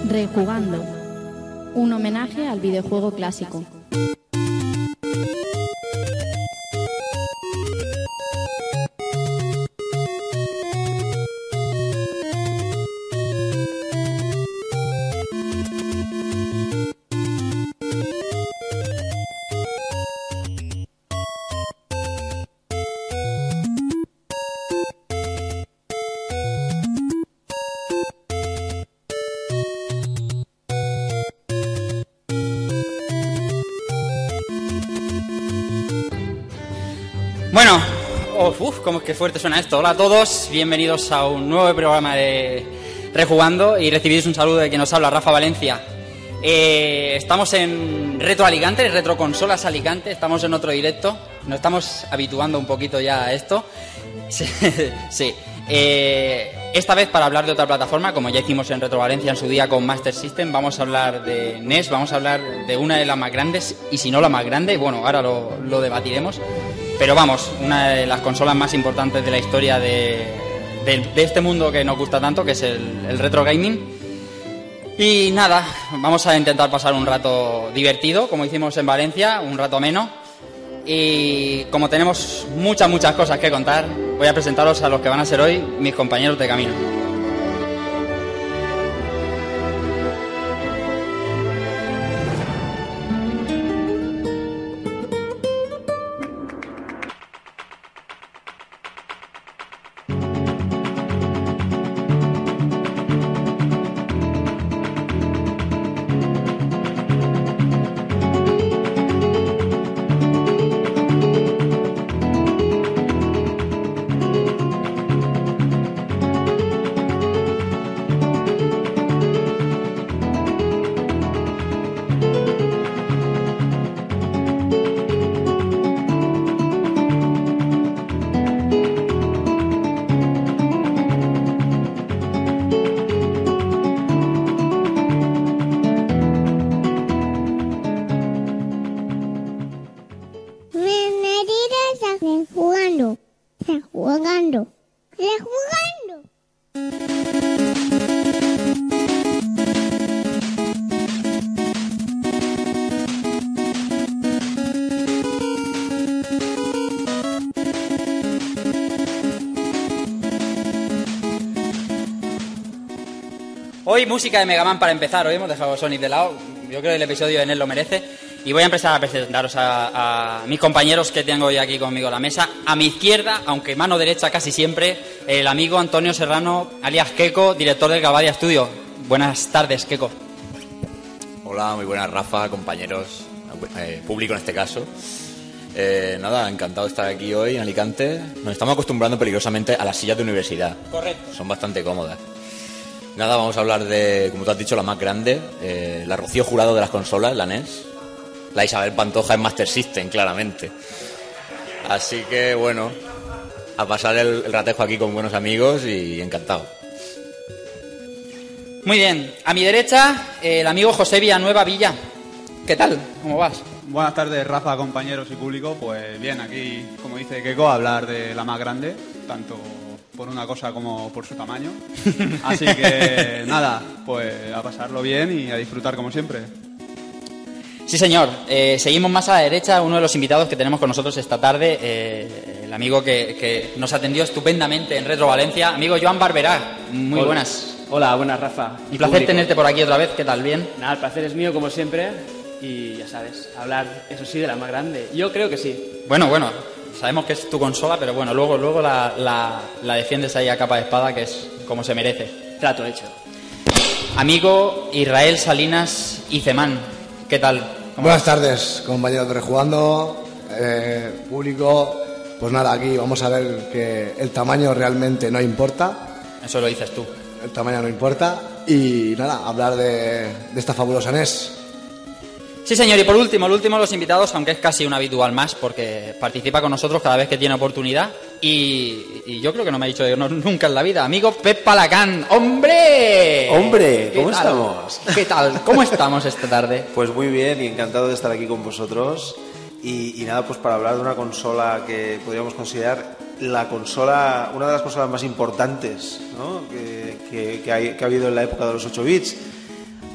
Rejugando, un homenaje al videojuego clásico. Bueno, cómo es que fuerte suena esto. Hola a todos, bienvenidos a un nuevo programa de Rejugando y recibís un saludo de quien nos habla, Rafa Valencia. Estamos en Retro Alicante, Retro Consolas Alicante, estamos en otro directo, nos estamos habituando un poquito ya a esto. Sí. Esta vez para hablar de otra plataforma, como ya hicimos en Retro Valencia en su día con Master System, vamos a hablar de NES, vamos a hablar de una de las más grandes, y si no la más grande, bueno, ahora lo debatiremos. Pero vamos, una de las consolas más importantes de la historia de este mundo que nos gusta tanto, que es el retro gaming. Y nada, vamos a intentar pasar un rato divertido, como hicimos en Valencia, un rato ameno. Y como tenemos muchas cosas que contar, voy a presentaros a los que van a ser hoy mis compañeros de camino. Hoy música de Mega Man para empezar. Hoy hemos dejado Sonic de lado. Yo creo que el episodio de NES lo merece. Y voy a empezar a presentaros a mis compañeros que tengo hoy aquí conmigo en la mesa. A mi izquierda, aunque mano derecha casi siempre, el amigo Antonio Serrano, alias Keko, director del Galvadia Studio. Buenas tardes, Keko. Hola, muy buenas, Rafa, compañeros, público en este caso. Nada, encantado de estar aquí hoy en Alicante. Nos estamos acostumbrando peligrosamente a las sillas de universidad. Correcto. Son bastante cómodas. Nada, vamos a hablar de, como tú has dicho, la más grande, la Rocío Jurado de las consolas, la NES. La Isabel Pantoja en Master System, claramente. Así que, bueno, a pasar el ratejo aquí con buenos amigos y encantado. Muy bien. A mi derecha, el amigo José Villanueva Villa. ¿Qué tal? ¿Cómo vas? Buenas tardes, Rafa, compañeros y público. Pues bien, aquí, como dice Keko, a hablar de la más grande, tanto por una cosa como por su tamaño. Así que nada, pues a pasarlo bien y a disfrutar como siempre. Sí, señor. Seguimos más a la derecha, uno de los invitados que tenemos con nosotros esta tarde, el amigo que nos atendió estupendamente en Retro Valencia, amigo Joan Barberá. Muy Hola. Buenas. Hola, buenas, Rafa. Un placer tenerte por aquí otra vez. ¿Qué tal? ¿Bien? Nada, el placer es mío, como siempre. Y ya sabes, hablar, eso sí, de la más grande. Yo creo que sí. Bueno, sabemos que es tu consola, pero bueno, luego la defiendes ahí a capa de espada, que es como se merece. Trato hecho. Amigo Israel Salinas Icemán, ¿qué tal? Buenas tardes, compañeros de Rejugando, público. Pues nada, aquí vamos a ver que el tamaño realmente no importa. Eso lo dices tú. El tamaño no importa. Y nada, hablar de esta fabulosa NES. Sí, señor, y por último, el último de los invitados, aunque es casi un habitual más, porque participa con nosotros cada vez que tiene oportunidad, y yo creo que no me ha dicho nunca en la vida, amigo Pep Palacán. ¡Hombre! ¡Hombre! ¿Cómo tal? estamos? ¿Qué tal? ¿Cómo estamos esta tarde? Pues muy bien y encantado de estar aquí con vosotros. Y nada, pues para hablar de una consola que podríamos considerar la consola, una de las consolas más importantes, ¿no? que ha habido en la época de los 8 bits.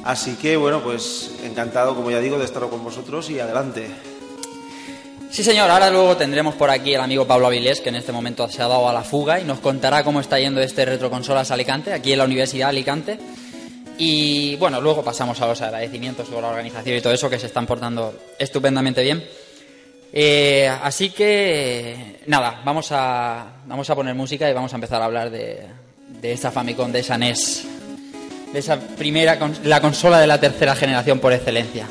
Así que, bueno, pues encantado, como ya digo, de estar con vosotros y adelante. Sí, señor. Ahora luego tendremos por aquí el amigo Pablo Avilés, que en este momento se ha dado a la fuga y nos contará cómo está yendo este Retroconsolas Alicante, aquí en la Universidad de Alicante. Y bueno, luego pasamos a los agradecimientos sobre la organización y todo eso, que se están portando estupendamente bien. Así que, nada, vamos a poner música y vamos a empezar a hablar de esa Famicom, de esa NES, de esa primera, la consola de la tercera generación por excelencia.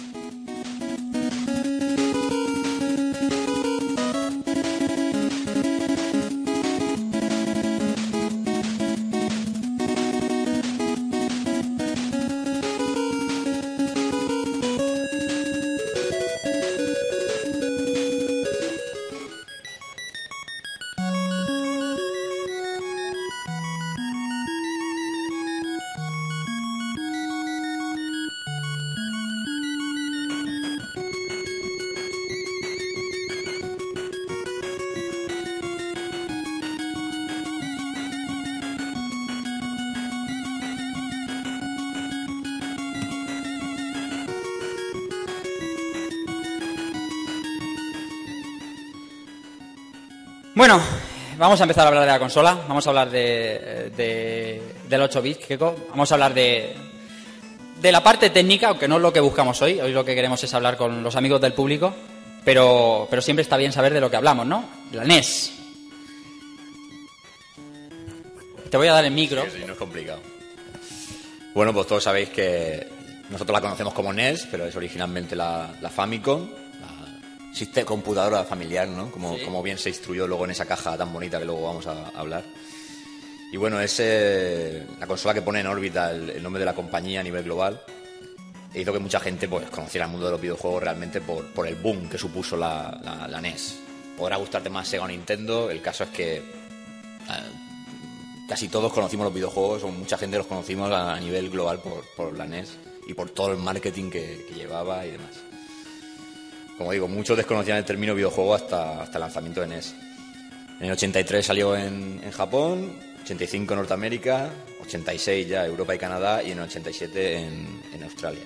Bueno, vamos a empezar a hablar de la consola. Vamos a hablar del 8-bit, Keiko. Vamos a hablar de la parte técnica, aunque no es lo que buscamos hoy. Hoy lo que queremos es hablar con los amigos del público, pero siempre está bien saber de lo que hablamos, ¿no? La NES. Te voy a dar el micro. Sí, no es complicado. Bueno, pues todos sabéis que nosotros la conocemos como NES, pero es originalmente la Famicom, la computadora familiar, ¿no? Como bien se instruyó luego en esa caja tan bonita que luego vamos a hablar. Y bueno, es la consola que pone en órbita el nombre de la compañía a nivel global. E hizo que mucha gente pues conociera el mundo de los videojuegos realmente por el boom que supuso la NES. Podrá gustarte más Sega o Nintendo, el caso es que casi todos conocimos los videojuegos, o mucha gente los conocimos a nivel global por la NES y por todo el marketing que llevaba y demás. Como digo, muchos desconocían el término videojuego hasta el lanzamiento de NES. En el 83 salió en Japón, 85 en Norteamérica, 86 ya Europa y Canadá y en el 87 en Australia.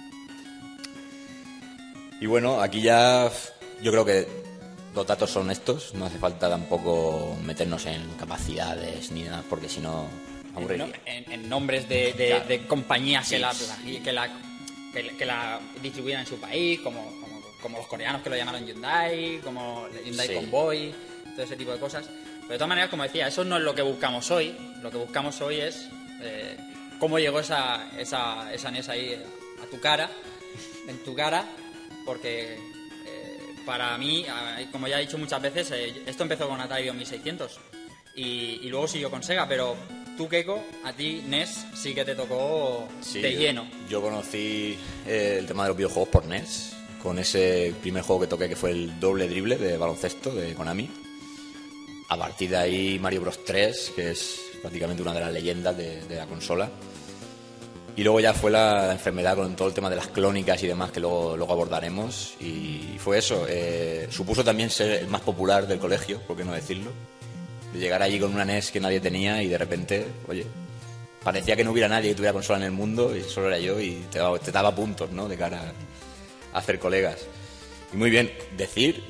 Y bueno, aquí ya yo creo que los datos son estos, no hace falta tampoco meternos en capacidades ni nada, porque si no aburriría. En nombres de compañías sí, que la distribuían en su país, como los coreanos que lo llamaron Hyundai, como Hyundai sí. Convoy, todo ese tipo de cosas. Pero de todas maneras, como decía, eso no es lo que buscamos hoy. Lo que buscamos hoy es cómo llegó esa NES ahí a tu cara, en tu cara, porque para mí, como ya he dicho muchas veces, esto empezó con Atari 2600 y luego siguió con Sega, pero tú, Keiko, a ti NES sí que te tocó de lleno. Yo conocí el tema de los videojuegos por NES, con ese primer juego que toqué, que fue el Doble Drible de baloncesto de Konami. A partir de ahí Mario Bros 3, que es prácticamente una de las leyendas de la consola. Y luego ya fue la enfermedad con todo el tema de las clónicas y demás, que luego abordaremos. Y fue eso. Supuso también ser el más popular del colegio, por qué no decirlo. De llegar allí con una NES que nadie tenía y de repente, oye, parecía que no hubiera nadie que tuviera consola en el mundo y solo era yo, y te daba puntos, ¿no?, de cara a hacer colegas. Y muy bien, decir,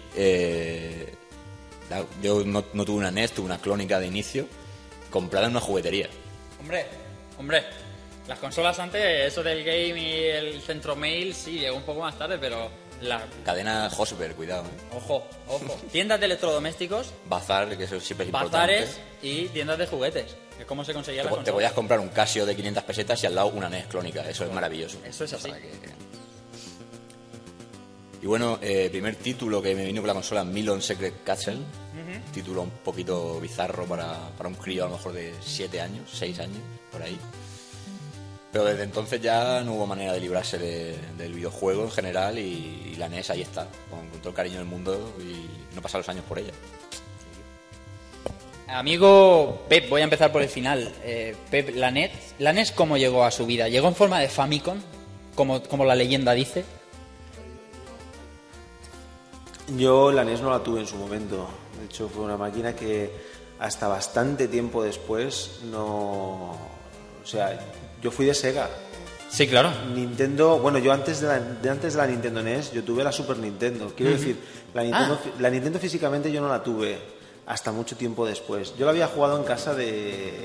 yo no tuve una NES, tuve una clónica de inicio, comprada en una juguetería. Hombre, las consolas antes, eso del game y el centro mail, sí, llegó un poco más tarde, pero la cadena Hosberg, cuidado. Ojo. Tiendas de electrodomésticos, bazar, que eso siempre es importante. bazares y tiendas de juguetes, que es como se conseguía la consola. Te podías comprar un Casio de 500 pesetas y al lado una NES clónica, eso es maravilloso. Eso es así. Y bueno, primer título que me vino con la consola, Milon Secret Castle. Título un poquito bizarro para un crío a lo mejor de 7 años, 6 años, por ahí. Pero desde entonces ya no hubo manera de librarse del videojuego en general, y la NES ahí está, con todo el cariño del mundo, y no pasan los años por ella. Amigo Pep, voy a empezar por el final. Pep, ¿la NES cómo llegó a su vida? ¿Llegó en forma de Famicom, como la leyenda dice? Yo la NES no la tuve en su momento. De hecho, fue una máquina que hasta bastante tiempo después no... O sea, yo fui de Sega. Sí, claro. Nintendo, bueno, yo antes de la Nintendo NES, yo tuve la Super Nintendo. Quiero decir, la Nintendo físicamente yo no la tuve hasta mucho tiempo después. Yo la había jugado en casa de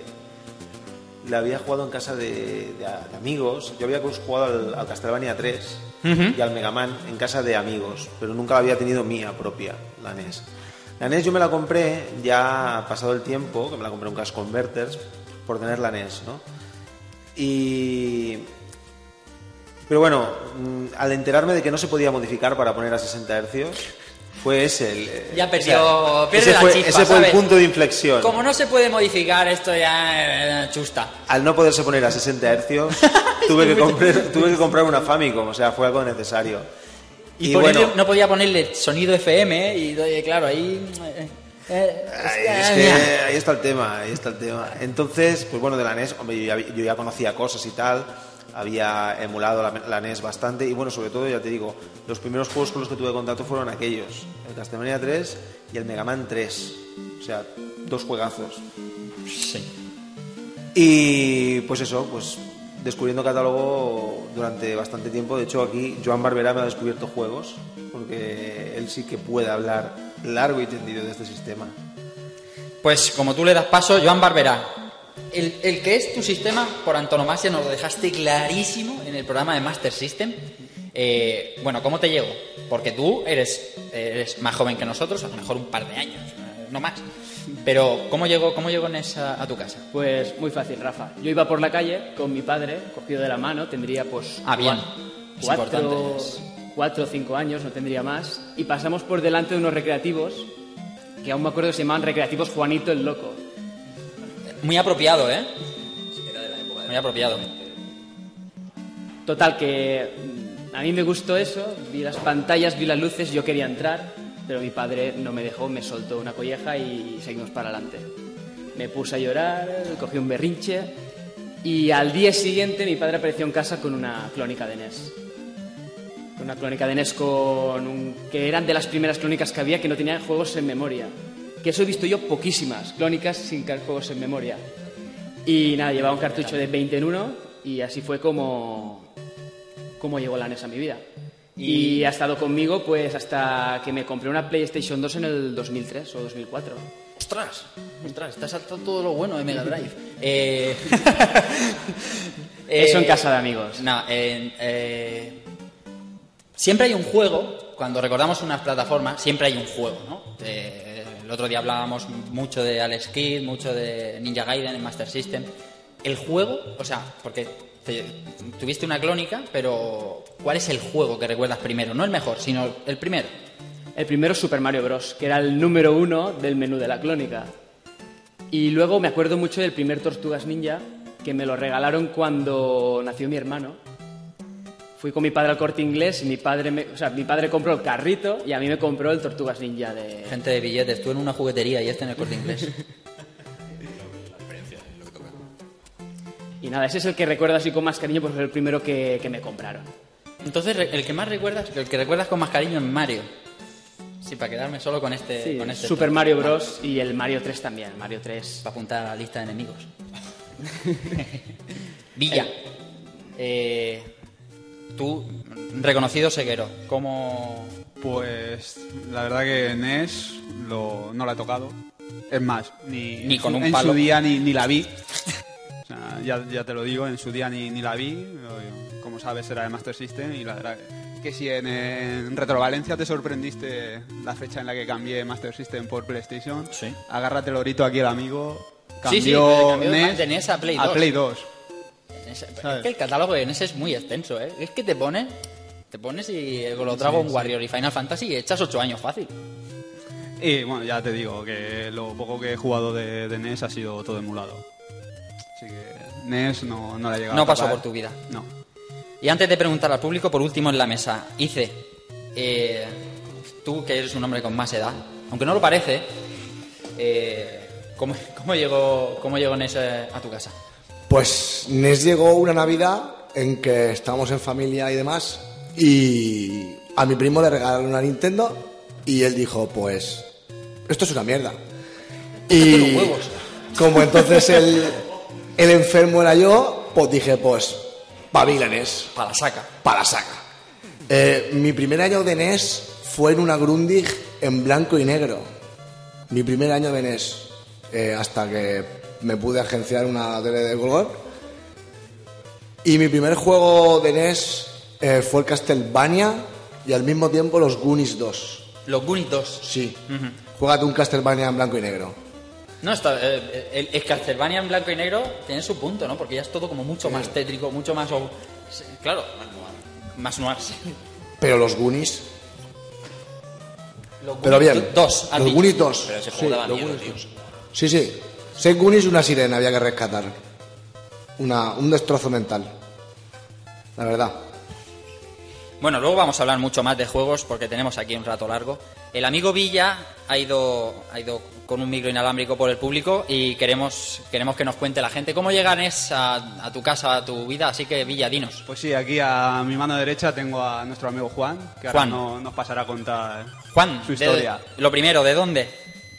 amigos. Yo había jugado al Castlevania 3 y al Mega Man en casa de amigos, pero nunca la había tenido mía propia, la NES. La NES yo me la compré ya pasado el tiempo, que me la compré en un Cash Converters por tener la NES, ¿no? Pero bueno, al enterarme de que no se podía modificar para poner a 60 Hz, fue ese ya pierde la chispa, ese fue el punto de inflexión. Como no se puede modificar, esto ya chusta. Al no poderse poner a 60 Hz, tuve que comprar una Famicom, o sea, fue algo necesario. Y bueno, no podía ponerle sonido FM y claro, ahí... ahí está el tema. Entonces, pues bueno, de la NES, hombre, yo ya conocía cosas y tal, había emulado la NES bastante y bueno, sobre todo, ya te digo, los primeros juegos con los que tuve contacto fueron aquellos, el Castlevania 3 y el Mega Man 3, o sea, 2 juegazos. Sí. Y pues eso, pues descubriendo catálogo durante bastante tiempo. De hecho, aquí Joan Barberá me ha descubierto juegos, porque él sí que puede hablar largo y tendido de este sistema. Pues como tú le das paso, Joan Barberá, el que es tu sistema por antonomasia nos lo dejaste clarísimo en el programa de Master System. Bueno, ¿cómo te llegó? Porque tú eres más joven que nosotros, a lo mejor un par de años, no más. Pero ¿cómo llegó NES a tu casa? Pues muy fácil, Rafa. Yo iba por la calle con mi padre, cogido de la mano, tendría pues... bien. 4 o 5 años, no tendría más, y pasamos por delante de unos recreativos, que aún me acuerdo que se llamaban Recreativos Juanito el Loco. Muy apropiado, ¿eh? Muy apropiado. Total, que a mí me gustó eso, vi las pantallas, vi las luces, yo quería entrar, pero mi padre no me dejó, me soltó una colleja y seguimos para adelante. Me puse a llorar, cogí un berrinche y al día siguiente mi padre apareció en casa con una clónica de NES. Una clónica de NES que eran de las primeras clónicas que había que no tenían juegos en memoria. Que eso he visto yo poquísimas clónicas sin juegos en memoria. Y nada, llevaba un cartucho de 20 en 1 y así fue como llegó la NES a mi vida. Y ha estado conmigo pues hasta que me compré una PlayStation 2 en el 2003 o 2004. ¡Ostras! Te has saltado todo lo bueno de Mega Drive. Eso en casa de amigos. No, siempre hay un juego, cuando recordamos unas plataformas, siempre hay un juego, ¿no? El otro día hablábamos mucho de Alex Kidd, mucho de Ninja Gaiden en Master System. El juego, o sea, porque tuviste una clónica, pero ¿cuál es el juego que recuerdas primero? No el mejor, sino el primero. El primero es Super Mario Bros., que era el número 1 del menú de la clónica. Y luego me acuerdo mucho del primer Tortugas Ninja, que me lo regalaron cuando nació mi hermano. Fui con mi padre al Corte Inglés y mi padre compró el carrito y a mí me compró el Tortugas Ninja de... Gente de billetes, tú en una juguetería y en el Corte Inglés. Y nada, ese es el que recuerdo así con más cariño, pues fue el primero que me compraron. Entonces, el que recuerdas con más cariño es Mario. Sí, para quedarme solo con este... Sí, con este Super Mario Bros. Y el Mario 3 también, Mario 3. Para apuntar a la lista de enemigos. Villa. Tú, reconocido ceguero, ¿cómo...? Pues la verdad que NES no la he tocado. Es más, ni con un en palo. su día ni la vi. O sea, ya te lo digo, en su día ni la vi. Como sabes, era de Master System y la verdad que si en Retro Valencia te sorprendiste la fecha en la que cambié Master System por PlayStation, sí. Agárrate el orito aquí el amigo. Cambió NES de NES a Play 2. A Play 2. Es que el catálogo de NES es muy extenso, ¿eh? Es que te pones y con los Dragon Warrior y Final Fantasy y echas 8 años fácil. Y bueno, ya te digo que lo poco que he jugado de NES ha sido todo emulado. Así que NES no la he llegado a No pasó tocar. por tu vida. No. Y antes de preguntar al público, por último en la mesa, Ice, tú que eres un hombre con más edad, aunque no lo parece, ¿cómo llegó NES a tu casa? Pues NES llegó una Navidad en que estábamos en familia y demás y a mi primo le regalaron una Nintendo y él dijo, pues, esto es una mierda. Y los huevos. como entonces el enfermo era yo, pues dije, pues, para mí la NES. Para la saca. Para la saca. Mi primer año de NES fue en una Grundig en blanco y negro. Mi primer año de NES. Hasta que me pude agenciar una tele de color. Y mi primer juego de NES fue el Castlevania y al mismo tiempo los Goonies 2. Los Goonies 2. Sí. Juégate un Castlevania en blanco y negro. No, el Castlevania en blanco y negro tiene su punto, ¿no? Porque ya es todo como mucho más tétrico, mucho más... Claro, más noir. Sí. Pero los Goonies... Los Pero Goonies bien, 2. los Goonies 2. Pero ese juego daba los miedo, Goonies tío. 2. Sí, sí. 6 Goonies y una sirena había que rescatar. Un destrozo mental. La verdad. Bueno, luego vamos a hablar mucho más de juegos porque tenemos aquí un rato largo. El amigo Villa ha ido con un micro inalámbrico por el público y queremos que nos cuente la gente cómo llega NES a tu casa, a tu vida. Así que, Villa, dinos. Pues sí, aquí a mi mano derecha tengo a nuestro amigo Juan, que Juan. ahora nos pasará a contar Juan, su historia. lo primero, ¿de dónde?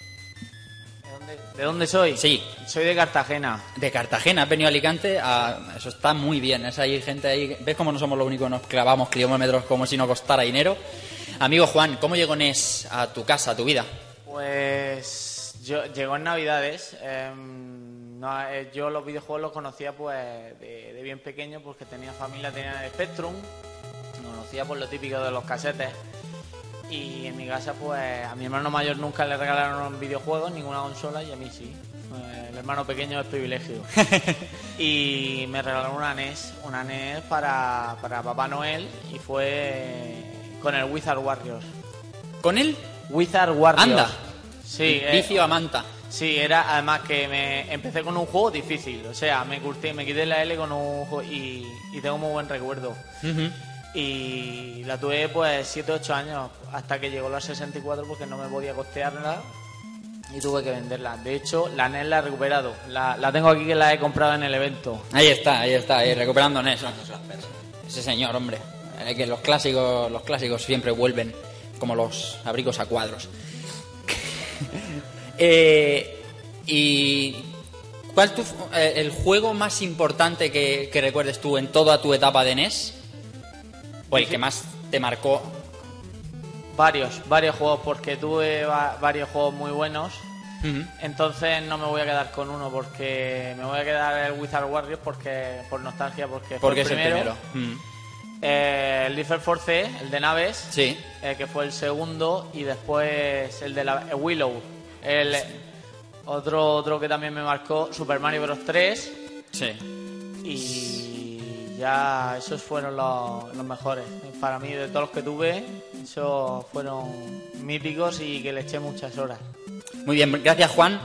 ¿De dónde soy? Sí. Soy de Cartagena. De Cartagena, has venido a Alicante, eso está muy bien. Hay gente ahí, ¿ves cómo no somos los únicos que nos clavamos kilómetros como si no costara dinero? Amigo Juan, ¿cómo llegó NES a tu casa, a tu vida? Pues llegó en Navidades. Yo los videojuegos los conocía pues de bien pequeño porque tenía familia, tenía el Spectrum. Conocía por lo típico de los casetes. Y en mi casa pues a mi hermano mayor nunca le regalaron videojuegos, ninguna consola, y a mí sí. El hermano pequeño es privilegio. Y me regalaron una NES para Papá Noel, y fue con el Wizard Warriors. ¿Con él? Wizard Warriors. Anda. Sí. Vicio a manta. Sí, era además que me empecé con un juego difícil. O sea, me quité la L con un juego y tengo muy buen recuerdo. Uh-huh. Y la tuve pues 7-8 años hasta que llegó la 64 porque no me podía costearla y tuve que venderla. De hecho, la NES la he recuperado. La tengo aquí, que la he comprado en el evento. Ahí está, recuperando NES. Ese señor, hombre. Que los clásicos siempre vuelven como los abrigos a cuadros. ¿Y cuál el juego más importante que recuerdes tú en toda tu etapa de NES? ¿O el que más te marcó? Varios juegos, porque tuve varios juegos muy buenos. Uh-huh. Entonces no me voy a quedar con uno, porque me voy a quedar el Wizard Warriors por nostalgia, porque fue el primero. Uh-huh. El Lifer Force, el de naves, sí. Que fue el segundo, y después el de el Willow. Otro que también me marcó, Super Mario Bros. 3. Sí. Y ya esos fueron los mejores. Para mí, de todos los que tuve, esos fueron míticos y que le eché muchas horas. Muy bien, gracias Juan.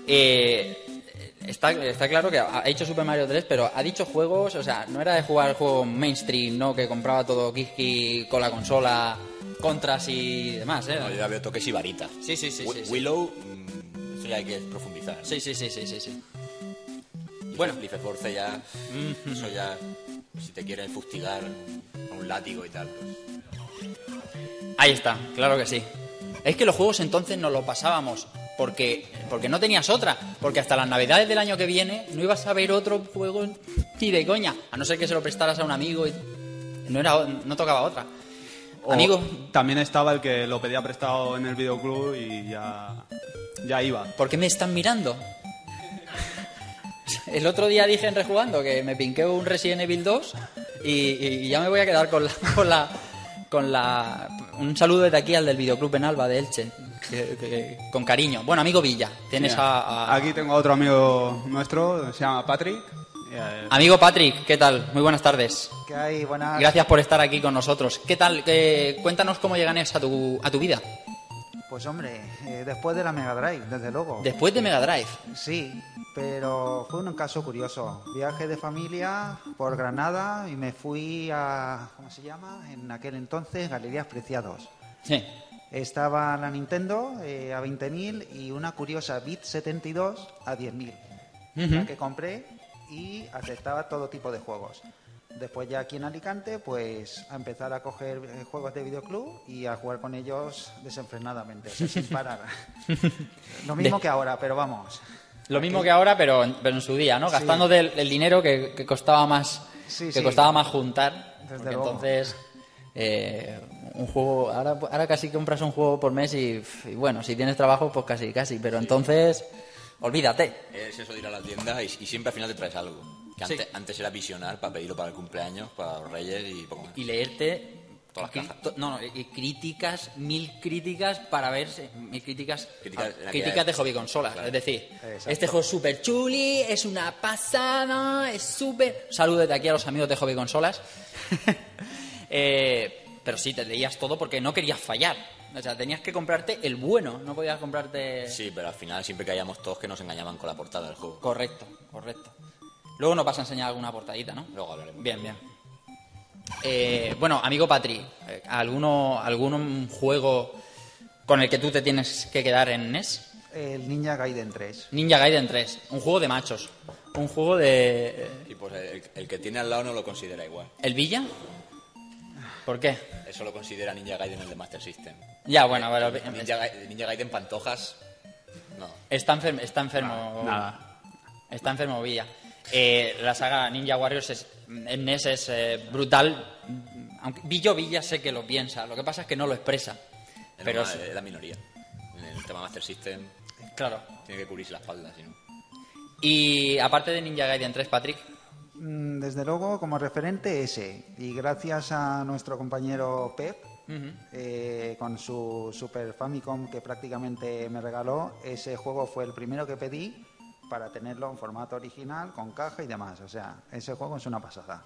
Está claro que ha dicho Super Mario 3, pero ha dicho juegos, o sea, no era de jugar juegos mainstream, ¿no? Que compraba todo Kiski con la consola, contras y demás, ¿eh? No, yo ya veo toques y varitas. Sí. Willow, eso ya hay que profundizar. Sí. Bueno, Life Force ya, eso ya, si te quieren fustigar con un látigo y tal, pues... Ahí está, claro que sí. Es que los juegos entonces nos los pasábamos porque no tenías otra, porque hasta las navidades del año que viene no ibas a ver otro juego ni de coña, a no ser que se lo prestaras a un amigo y no tocaba otra. Amigo, también estaba el que lo pedía prestado en el videoclub y ya iba. ¿Por qué me están mirando? El otro día dije en Rejugando que me pinqué un Resident Evil 2 y ya me voy a quedar con la un saludo desde aquí al del videoclub en Alba de Elche, con cariño. Bueno, amigo Villa, tienes aquí tengo a otro amigo nuestro, se llama Patrick. Amigo Patrick, ¿qué tal? Muy buenas tardes. ¿Qué hay? Buenas. Gracias por estar aquí con nosotros. ¿Qué tal? Cuéntanos cómo llegan a tu vida. Pues hombre, después de la Mega Drive, desde luego. Después de Mega Drive. Sí, pero fue un caso curioso. Viaje de familia por Granada y me fui a, ¿cómo se llama? En aquel entonces, Galerías Preciados. Sí. Estaba la Nintendo a 20.000 y una curiosa Bit 72 a 10.000. La que compré y aceptaba todo tipo de juegos. Después ya aquí en Alicante, pues a empezar a coger juegos de videoclub y a jugar con ellos desenfrenadamente, sin parar. Lo mismo que ahora, pero vamos. Lo mismo que ahora, pero en su día, ¿no? Sí. Gastando el dinero que costaba más Sí, que sí. costaba más juntar. Desde Porque luego. entonces, un juego, ahora casi compras un juego por mes y bueno, si tienes trabajo, pues casi, pero entonces, olvídate. Es eso de ir a la tienda y siempre al final te traes algo. Que Sí. antes era visionar para pedirlo para el cumpleaños, para los reyes y poco más. Y leerte Todas las cajas. y críticas, 1000 críticas para ver, Críticas en aquella críticas de época. hobby consolas, Claro. es decir, Exacto. este juego es súper chuli, es una pasada, es súper... Saludos de aquí a los amigos de hobby consolas. Pero sí, te leías todo porque no querías fallar. O sea, tenías que comprarte el bueno, no podías comprarte... Sí, pero al final siempre caíamos todos que nos engañaban con la portada del juego. Correcto. Luego nos vas a enseñar alguna portadita, ¿no? Luego hablaremos. Bien. Bueno, amigo Patri, ¿algún juego con el que tú te tienes que quedar en NES? El Ninja Gaiden 3. Ninja Gaiden 3, un juego de machos. Un juego de... Y pues el que tiene al lado no lo considera igual. ¿El Villa? ¿Por qué? Eso lo considera Ninja Gaiden el de Master System. Ya, bueno, pero... Ninja Gaiden Pantojas, no. Está enfermo. Nada. Está enfermo Villa. La saga Ninja Warriors en NES es brutal. Aunque Villa sé que lo piensa. Lo que pasa es que no lo expresa. Pero Es la minoría. En el tema Master System claro. tiene que cubrirse la espalda, si no. Y aparte de Ninja Gaiden 3, Patrick, Desde luego, como referente ese. Y gracias a nuestro compañero Pep, con su Super Famicom que prácticamente me regaló, ese juego fue el primero que pedí para tenerlo en formato original, con caja y demás. O sea, ese juego es una pasada.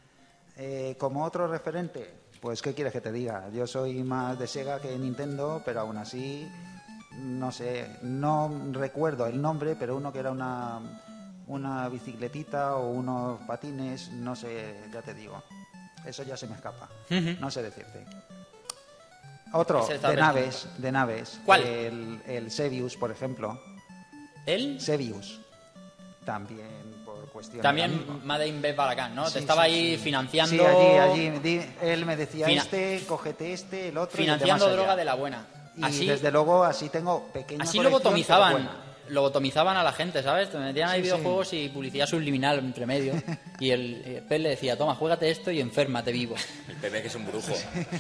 Como otro referente, pues ¿qué quieres que te diga? Yo soy más de Sega que de Nintendo, pero aún así, no sé, no recuerdo el nombre, pero uno que era una bicicletita o unos patines, no sé, ya te digo. Eso ya se me escapa. No sé decirte. Otro, Ese está de naves. ¿Cuál? El Sebius, por ejemplo. él Sebius. También por cuestión de también amigo. Made in Balacán, ¿no? Sí, Te estaba sí, ahí sí. financiando... Sí, allí. Él me decía Fina- cógete el otro. y el financiando demás allá. droga de la buena. Y Así, desde luego así tengo pequeña así colección, pero lobotomizaban a la gente, ¿sabes? Te metían ahí Sí, videojuegos y publicidad subliminal entre medio. Y el Pep le decía, toma, juégate esto y enférmate vivo. El Pepe que es un brujo.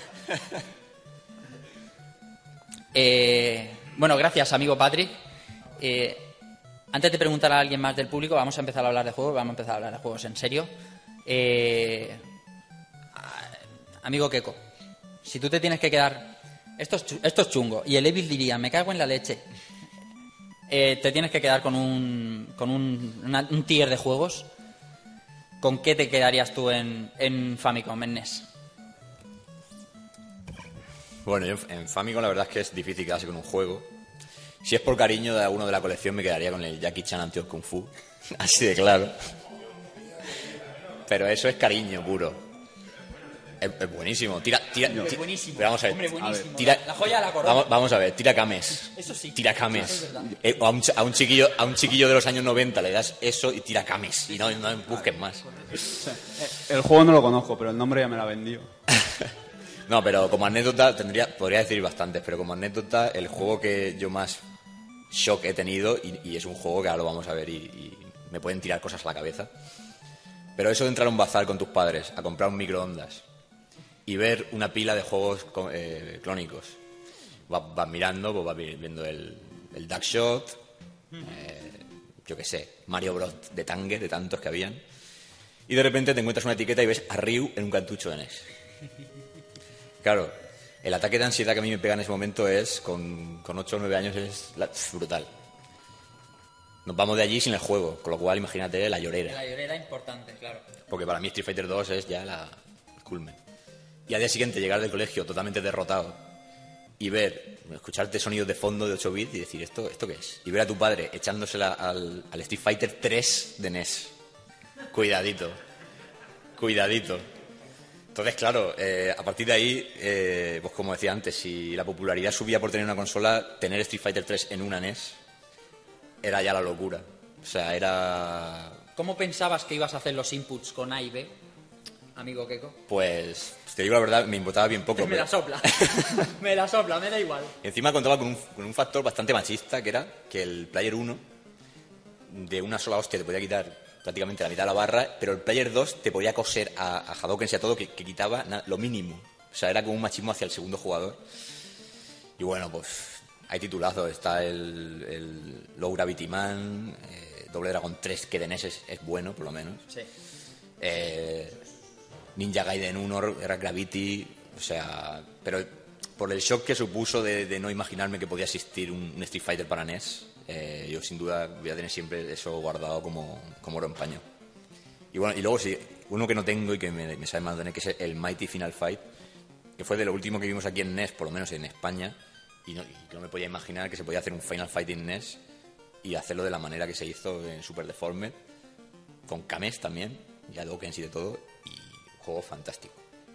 Bueno, gracias, amigo Patrick. Antes de preguntar a alguien más del público, vamos a empezar a hablar de juegos, en serio. Amigo Keko, si tú te tienes que quedar... Esto es chungo. Y el Evil diría, me cago en la leche. Te tienes que quedar con un tier de juegos. ¿Con qué te quedarías tú en Famicom, en NES? Bueno, yo en Famicom la verdad es que es difícil quedarse con un juego. Si es por cariño de alguno de la colección, me quedaría con el Jackie Chan Antioch Kung Fu. Así de claro. Pero eso es cariño puro. Es buenísimo. Buenísimo. Pero vamos a ver. Hombre, buenísimo. Tira- La joya de la corona. Vamos a ver, tira Kames. Eso sí. Tira Kames. A un chiquillo de los años 90 le das eso y tira Kames. Y no busques más. El juego no lo conozco, pero el nombre ya me lo ha vendido. No, pero como anécdota podría decir bastantes, pero como anécdota el juego que yo más shock he tenido, y es un juego que ahora lo vamos a ver y me pueden tirar cosas a la cabeza, pero eso de entrar a un bazar con tus padres a comprar un microondas y ver una pila de juegos clónicos, vas mirando, pues vas viendo el Duckshot, yo qué sé, Mario Bros de Tangue, de tantos que habían, y de repente te encuentras una etiqueta y ves a Ryu en un cartucho de NES. Claro, el ataque de ansiedad que a mí me pega en ese momento es, con 8 o 9 años, es brutal. Nos vamos de allí sin el juego, con lo cual imagínate la llorera. La llorera importante, claro. Porque para mí Street Fighter 2 es ya el culmen. Y al día siguiente llegar del colegio totalmente derrotado y escucharte sonidos de fondo de 8 bits y decir, ¿esto qué es? Y ver a tu padre echándosela al Street Fighter 3 de NES. Cuidadito. Entonces, claro, a partir de ahí, pues como decía antes, si la popularidad subía por tener una consola, tener Street Fighter 3 en una NES era ya la locura. O sea, era... ¿Cómo pensabas que ibas a hacer los inputs con A y B, amigo Keko? Pues, te digo la verdad, me importaba bien poco. Me la sopla. Me da igual. Encima contaba con un factor bastante machista, que era que el Player 1 de una sola hostia te podía quitar prácticamente la mitad de la barra, pero el Player 2 te podía coser a Hadouken y a todo que quitaba lo mínimo. O sea, era como un machismo hacia el segundo jugador. Y bueno, pues hay titulazos. Está el Low Gravity Man, Double Dragon 3, que de NES es bueno, por lo menos. Sí. Ninja Gaiden 1, era Gravity, o sea... Pero por el shock que supuso de no imaginarme que podía existir un Street Fighter para NES, yo sin duda voy a tener siempre eso guardado como oro en paño. Y bueno, y luego sí, uno que no tengo y que me sabe más de NES, que es el Mighty Final Fight, que fue de lo último que vimos aquí en NES, por lo menos en España, y no me podía imaginar que se podía hacer un Final Fight en NES y hacerlo de la manera que se hizo en Super Deformed, con Kames también, y Hadouken y de todo, y un juego fantástico.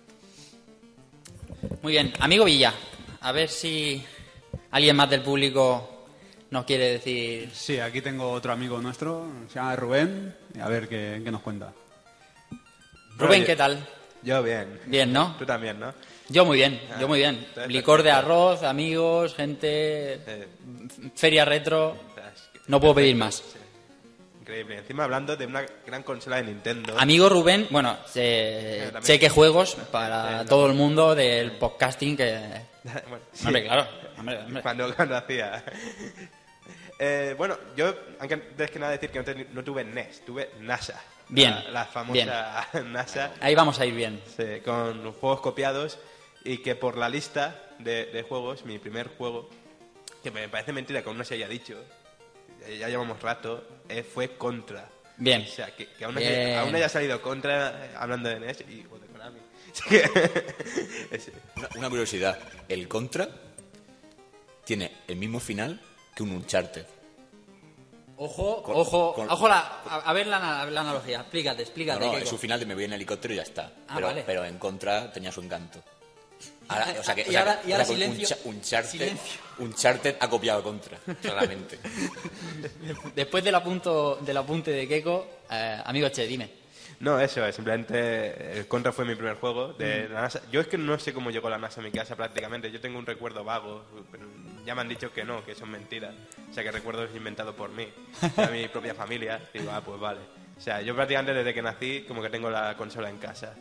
Muy bien, amigo Villa, a ver si alguien más del público nos quiere decir... Sí, aquí tengo otro amigo nuestro, se llama Rubén, y a ver qué nos cuenta. Rubén, ¿qué tal? Yo bien. Bien, ¿no? Tú también, ¿no? Yo muy bien, yo muy bien. Entonces, Licor de perfecto. arroz, amigos, gente, feria retro, no puedo pedir más. Sí. Increíble. Encima hablando de una gran consola de Nintendo. Amigo Rubén, bueno, también. cheque juegos para todo el mundo del podcasting que... Bueno, sí. Hombre, claro, hombre. Cuando hacía. Bueno, yo, antes que nada decir que no tuve NES, tuve NASA. Bien, La famosa NASA. Ahí vamos a ir bien. Sí, con los juegos copiados y que por la lista de juegos, mi primer juego, que me parece mentira que aún no se haya dicho, ya llevamos rato, fue Contra. Bien. O sea, que aún, Bien. aún haya salido Contra hablando de NES y de Konami. Así que, Una curiosidad, el Contra tiene el mismo final que un Uncharted. Ojo, Con- ojo, con- ojo a ver la analogía, explícate. No, no, Keiko. es su final de me voy en helicóptero y ya está. Ah, pero, vale. pero en Contra tenía su encanto. Ahora, o sea que, Y ahora con silencio. Silencio. Uncharted ha copiado Contra, claramente. Después del apunte de Keiko, amigo Che, dime. no, eso es, simplemente el Contra fue mi primer juego de la NASA. Yo es que no sé cómo llegó la NASA a mi casa prácticamente, yo tengo un recuerdo vago, pero ya me han dicho que no, que son mentiras. O sea, que recuerdo es inventado por mí, a mi propia familia. Y digo, pues vale. O sea, yo prácticamente desde que nací como que tengo la consola en casa.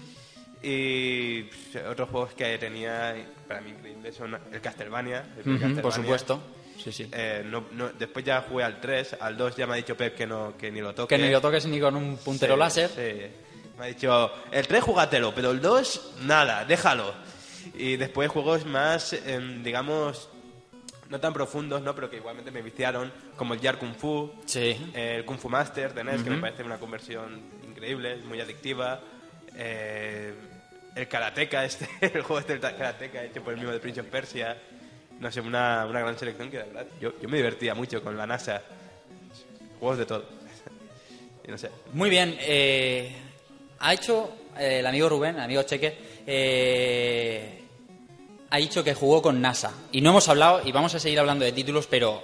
Y otros juegos que tenía, para mí increíbles, son el Castlevania. El primer Castlevania. Por supuesto. Sí, sí. Después ya jugué al 3, al 2 ya me ha dicho Pep que ni lo toque. Que ni lo toques ni con un puntero Sí, láser. sí. Me ha dicho, el 3 júgatelo, pero el 2, nada, déjalo. Y después juegos más, digamos, no tan profundos, ¿no? Pero que igualmente me viciaron, como el Yar Kung Fu, Sí. el Kung Fu Master de NES, que me parece una conversión increíble, muy adictiva. El Karateka, el juego del Karateka hecho por el mismo de Prince of Persia. No sé, una gran selección que de verdad yo me divertía mucho con la NASA. Juegos de todo. Y no sé. Muy bien. Ha hecho el amigo Rubén, el amigo Cheque, ha dicho que jugó con NASA. Y no hemos hablado, y vamos a seguir hablando de títulos, pero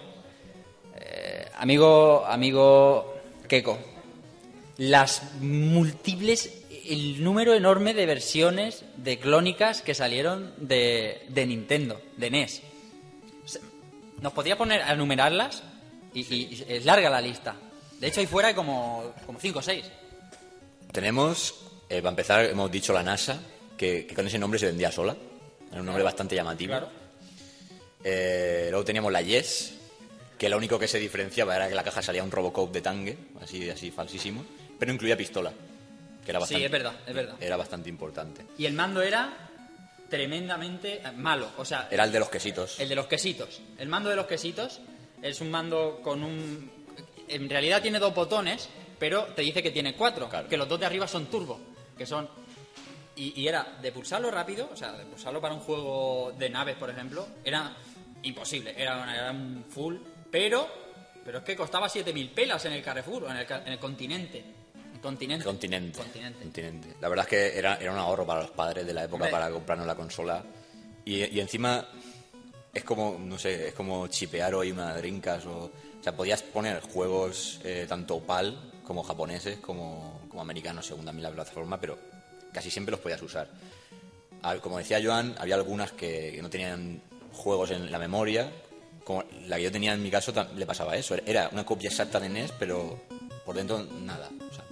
amigo Keiko, las múltiples, el número enorme de versiones de clónicas que salieron de Nintendo, de NES. O sea, ¿nos podría poner a enumerarlas? Y es larga la lista. De hecho, ahí fuera hay como 5 o 6. Tenemos, para empezar, hemos dicho la NASA, que con ese nombre se vendía sola. Era un nombre bastante llamativo. Claro. Luego teníamos la Yes, que lo único que se diferenciaba era que la caja salía un Robocop de tangue, así falsísimo, pero incluía pistola, que era bastante, Sí, es verdad. era bastante importante. Y el mando era tremendamente malo. O sea, Era el de los quesitos. el de los quesitos. El mando de los quesitos es un mando con un... En realidad tiene 2 botones, pero te dice que tiene 4. Claro. Que los 2 de arriba son turbo. Que son... Y era de pulsarlo rápido, o sea, de pulsarlo para un juego de naves, por ejemplo, era imposible. Era un full, pero es que costaba 7.000 pelas en el Carrefour, o en el Continente. Continente. La verdad es que era un ahorro para los padres de la época. Hombre. Para comprarnos la consola. Y encima es como, no sé, es como chipear hoy una Dreamcast. O sea, podías poner juegos tanto PAL como japoneses como americanos, según también la plataforma, pero casi siempre los podías usar. Como decía Joan, había algunas que no tenían juegos en la memoria. Como la que yo tenía en mi caso le pasaba eso. Era una copia exacta de NES, pero por dentro nada.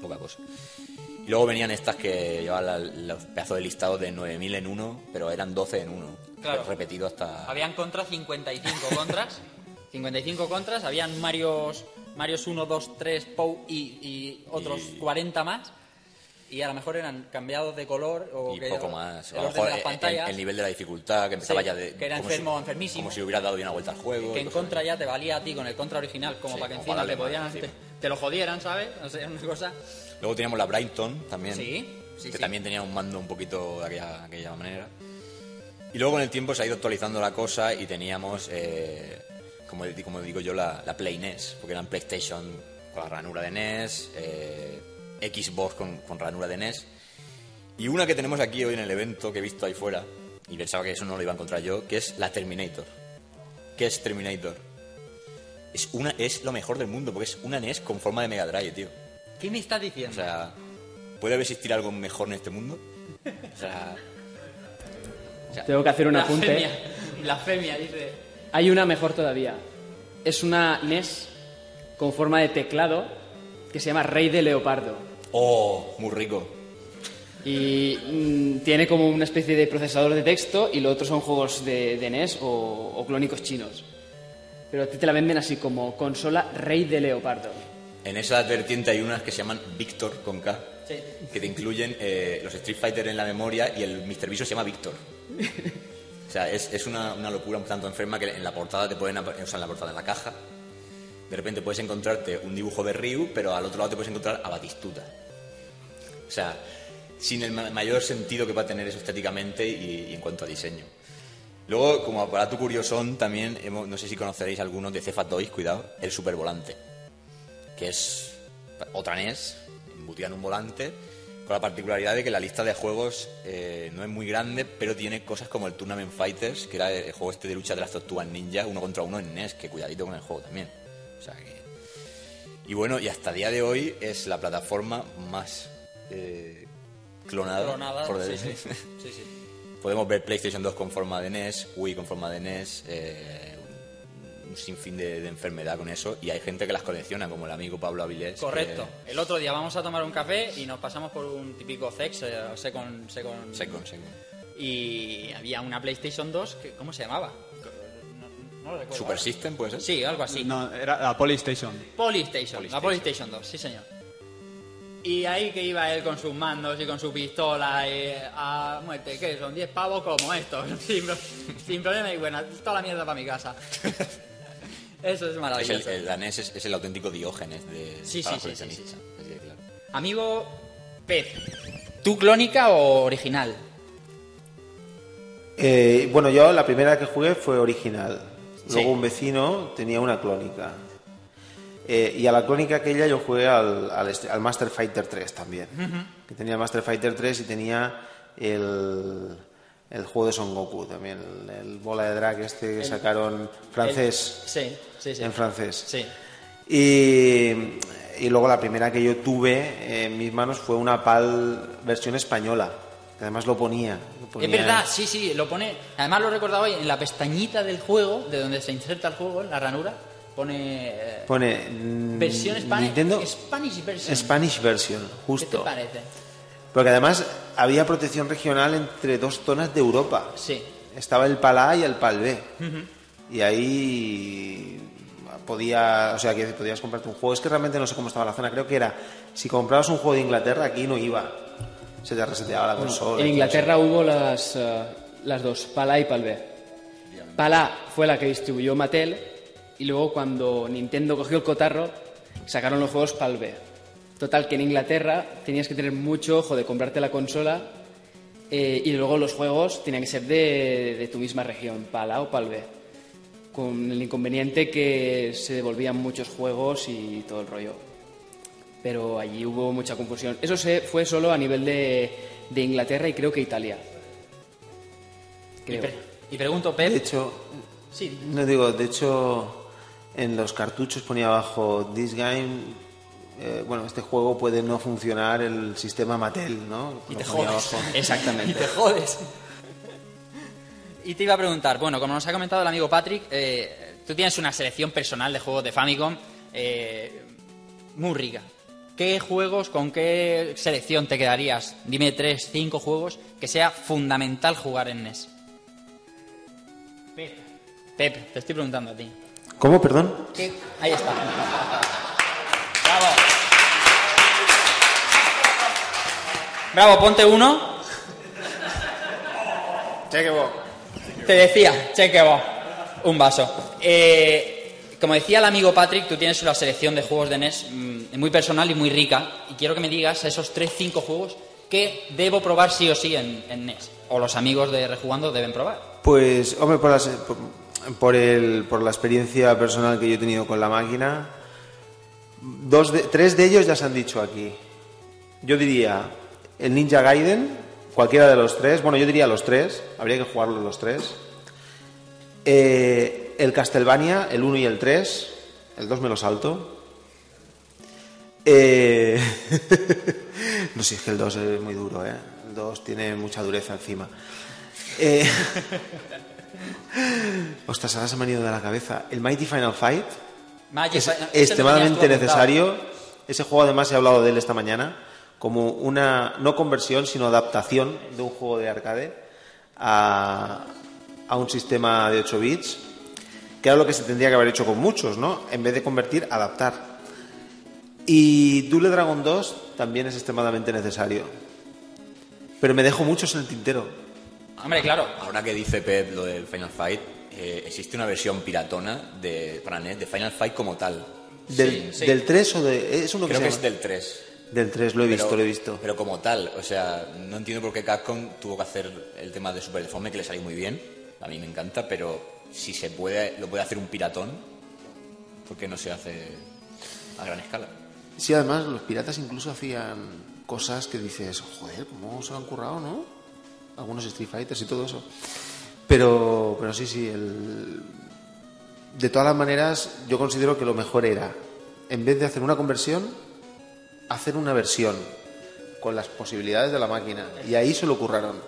poca cosa. Y luego venían estas que llevaban los pedazos de listado de 9000 en uno, pero eran 12 en uno. Claro. Repetido hasta... Habían contra 55 contras. 55 contras, habían Marios 1, 2, 3, Pou y otros 40 más. Y a lo mejor eran cambiados de color o y que poco más. el A lo orden de mejor las pantallas. el nivel de la dificultad, que empezaba Sí, ya de... que era como enfermo o enfermísimo. Como si hubiera dado bien una vuelta al juego. Que en cosas contra así. ya te valía a ti con el contra original, como Sí, para que como encima para te darle más podían encima. te lo jodieran, ¿sabes? O sea, una cosa. Luego teníamos la Brighton también. Sí, que también tenía un mando un poquito de aquella manera. Y luego con el tiempo se ha ido actualizando la cosa y teníamos, como digo yo, la Play NES, porque eran PlayStation con la ranura de NES, Xbox con ranura de NES, y una que tenemos aquí hoy en el evento que he visto ahí fuera, y pensaba que eso no lo iba a encontrar yo, que es la Terminator. ¿Qué es Terminator? Es lo mejor del mundo, porque es una NES con forma de Mega Drive, tío. ¿Qué me estás O diciendo? sea, ¿puede existir algo mejor en este mundo? O sea, Tengo que hacer un apunte. Blasfemia, dice. Hay una mejor todavía. Es una NES con forma de teclado que se llama Rey de Leopardo. oh, muy rico. Y tiene como una especie de procesador de texto y lo otro son juegos de NES o clónicos chinos. Pero a ti te la venden así como consola Rey de Leopardo. En esa vertiente hay unas que se llaman Victor con K, Sí. que te incluyen los Street Fighter en la memoria y el Mr. Bison se llama Victor. O sea, es una locura un tanto enferma que en la portada te pueden... O sea, en la portada, en la caja, de repente puedes encontrarte un dibujo de Ryu, pero al otro lado te puedes encontrar a Batistuta. O sea, sin el mayor sentido que va a tener eso estéticamente y en cuanto a diseño. Luego, como aparato curiosón, también, no sé si conoceréis algunos de Cephas Toys, cuidado, el Supervolante, que es otra NES, embutida en un volante, con la particularidad de que la lista de juegos no es muy grande, pero tiene cosas como el Tournament Fighters, que era el juego este de lucha de las Tortugas Ninja, 1 contra 1 en NES, que cuidadito con el juego también. O sea que... Y bueno, y hasta día de hoy es la plataforma más clonada, por sí, decir. sí. Sí, sí. Podemos ver PlayStation 2 con forma de NES, Wii con forma de NES, un sinfín de enfermedad con eso, y hay gente que las colecciona, como el amigo Pablo Avilés. Correcto. El otro día vamos a tomar un café y nos pasamos por un típico Sex, Second. Second. Y había una PlayStation 2, que, ¿cómo se llamaba? No lo recuerdo. Super System, ¿puede ser? Sí, algo así. No, era la Polystation. Polystation, la Polystation 2, sí señor. Y ahí que iba él con sus mandos y con su pistola a muerte, que son 10 pavos como estos, sin problema, y bueno, toda la mierda para mi casa. Eso es maravilloso. La NES es el auténtico Diógenes de Sí, para sí, los sí, coleccionistas. sí, Así de claro. Amigo Pez, ¿tú clónica o original? Bueno, yo la primera que jugué fue original. Luego Sí. un vecino tenía una clónica. Y a la clónica aquella yo jugué al Master Fighter 3 también. Que tenía el Master Fighter 3 y tenía el juego de Son Goku también. El bola de drag este que sacaron francés. Sí. En francés. Sí. Y luego la primera que yo tuve en mis manos fue una PAL versión española. Que además lo ponía. Es verdad, sí, lo pone. Además lo he recordado hoy, en la pestañita del juego, de donde se inserta el juego, en la ranura, pone. Versión Nintendo Spanish version. Spanish version, ¿Qué te justo. parece? Porque además había protección regional entre dos zonas de Europa. Sí. Estaba el PAL A y el PAL B. Y ahí podías comprarte un juego. Es que realmente no sé cómo estaba la zona. Creo que era, si comprabas un juego de Inglaterra, aquí no iba. Se te reseteaba la consola. En Inglaterra hubo las dos, PAL A y PAL B. PAL A fue la que distribuyó Mattel y luego cuando Nintendo cogió el cotarro sacaron los juegos PAL B. Total, que en Inglaterra tenías que tener mucho ojo de comprarte la consola y luego los juegos tenían que ser de tu misma región, PAL A o PAL B. Con el inconveniente que se devolvían muchos juegos y todo el rollo. Pero allí hubo mucha confusión. Eso fue solo a nivel de Inglaterra y creo que Italia. Creo. Y pregunto, Pez. De hecho, Sí. no digo, de hecho, en los cartuchos ponía abajo This game, este juego puede no funcionar el sistema Mattel, ¿no? Y Lo te ponía jodes. abajo. Exactamente. Y te jodes. Y te iba a preguntar, bueno, como nos ha comentado el amigo Patrick, tú tienes una selección personal de juegos de Famicom muy rica. ¿qué juegos, con qué selección te quedarías? Dime 3, 5 juegos que sea fundamental jugar en NES. Pep, te estoy preguntando a ti. ¿Cómo, perdón? Ahí está. Bravo, ponte uno. Chequebo. Te decía, chequebo. Un vaso. Como decía el amigo Patrick, tú tienes una selección de juegos de NES muy personal y muy rica. Y quiero que me digas esos 3-5 juegos que debo probar sí o sí en NES. O los amigos de Rejugando deben probar. Pues, hombre, por la experiencia personal que yo he tenido con la máquina, 3 de ellos ya se han dicho aquí. Yo diría el Ninja Gaiden, cualquiera de los 3. Bueno, yo diría los 3, habría que jugarlos los 3. El Castlevania, el 1 y el 3. El 2 me lo salto. No sé, es que el 2 es muy duro, ¿eh? El 2 tiene mucha dureza encima. Ostras, ahora se me han ido de la cabeza. El Mighty Final Fight es extremadamente necesario. Ese juego, además, he hablado de él esta mañana como una, no conversión, sino adaptación de un juego de arcade a un sistema de 8 bits, que era lo que se tendría que haber hecho con muchos, ¿no? En vez de convertir, adaptar. Y Double Dragon 2 también es extremadamente necesario. Pero me dejo muchos en el tintero. Hombre, claro. Ahora que dice Pep lo del Final Fight, existe una versión piratona para NES de Final Fight como tal. ¿Del 3 o de...? Es uno Creo que se es llama... del 3. Del 3, lo he visto. Pero como tal, o sea, no entiendo por qué Capcom tuvo que hacer el tema de Super Deforme, que le salió muy bien. A mí me encanta, pero si se puede, lo puede hacer un piratón, ¿por qué no se hace a gran escala? Sí, además, los piratas incluso hacían cosas que dices, joder, ¿cómo se lo han currado, no? Algunos Street Fighters y todo eso. Pero sí, de todas las maneras, yo considero que lo mejor era, en vez de hacer una conversión, hacer una versión con las posibilidades de la máquina. Y ahí se lo curraron.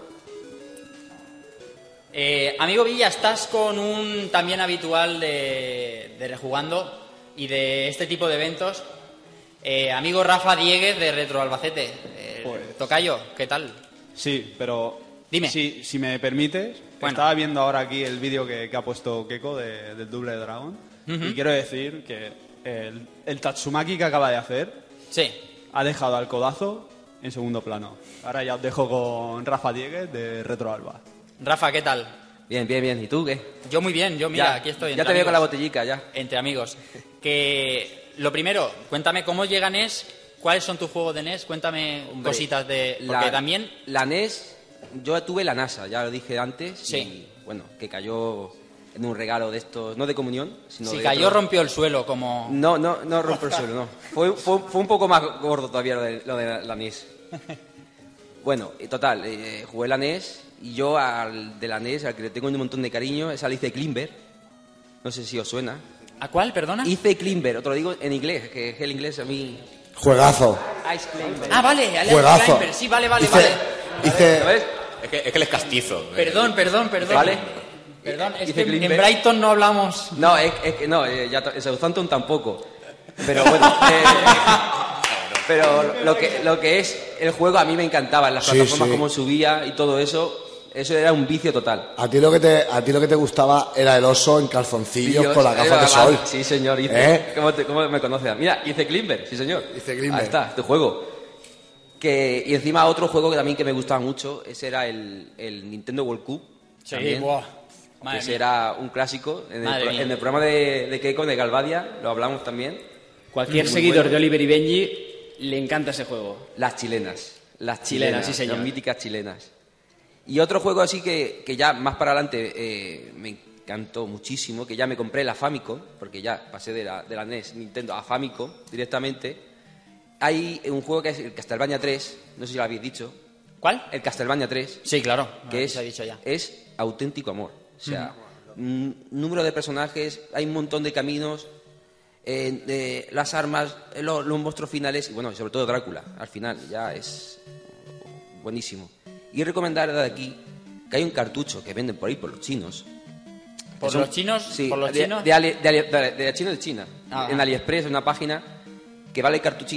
Amigo Villa, estás con un también habitual de Rejugando y de este tipo de eventos. Amigo Rafa Dieguez de Retro Albacete. Tocayo, ¿qué tal? Sí, pero dime. Si me permites, estaba viendo ahora aquí el vídeo que ha puesto Keiko del Double Dragon. Y quiero decir que el Tatsumaki que acaba de hacer ha dejado al codazo en segundo plano. Ahora ya os dejo con Rafa Dieguez de Retro Alba. Rafa, ¿qué tal? Bien. ¿Y tú qué? Yo muy bien, mira, aquí estoy. Ya te veo con la botellica, ya. Entre amigos. Que lo primero, cuéntame cómo llega NES, cuáles son tus juegos de NES, cuéntame cositas de... Porque también... La NES, yo tuve la NASA, ya lo dije antes. Sí. Y, bueno, que cayó en un regalo de estos, no de comunión, sino si de cayó, otro. rompió el suelo, como... No rompió el suelo, no. Fue un poco más gordo todavía lo de la NES. Bueno, total, jugué la NES y yo de la NES, al que le tengo un montón de cariño, es al Ice Climber. No sé si os suena. ¿A cuál, perdona? Ice Climber, te lo digo en inglés, que el inglés a mí... Juegazo. Ice Climber. Ah, vale, al Ice Juegazo. Climber, sí, vale. ¿Lo ves? Es que él es castizo. Perdón. ¿Vale? Perdón, es Ice que Climber. en Brighton no hablamos... No, es que no, en Southampton tampoco. Pero bueno, pero lo que es el juego a mí me encantaba, las plataformas como subía y todo eso era un vicio total. A ti lo que te gustaba era el oso en calzoncillos con las gafas de sol. Sí, señor. ¿Cómo me conoces? Mira, Ice Climber, sí, señor. Ice Climber. Ahí está, este juego. Y encima otro juego que también que me gustaba mucho, ese era el Nintendo World Cup. Sí, también, Madre ese mía. era un clásico. En Madre el programa de Keiko, de Galvadia, lo hablamos también. Cualquier Muy seguidor bueno. de Oliver y Benji le encanta ese juego. Las chilenas, sí, señor. las míticas chilenas. Y otro juego así que ya más para adelante me encantó muchísimo, que ya me compré la Famicom, porque ya pasé de la NES Nintendo a Famicom directamente. Hay un juego que es el Castlevania 3, no sé si lo habéis dicho. ¿Cuál? El Castlevania 3. Sí, claro, Que se ha dicho ya. es auténtico amor. O sea, número de personajes, hay un montón de caminos, las armas, los monstruos finales y bueno, sobre todo Drácula, al final, ya es buenísimo. Y recomendar de aquí que hay un cartucho que venden por ahí por los chinos. ¿Por los chinos? Sí, ¿Por los chinos? de China de China. Ah. En AliExpress, una página que vale el cartuchito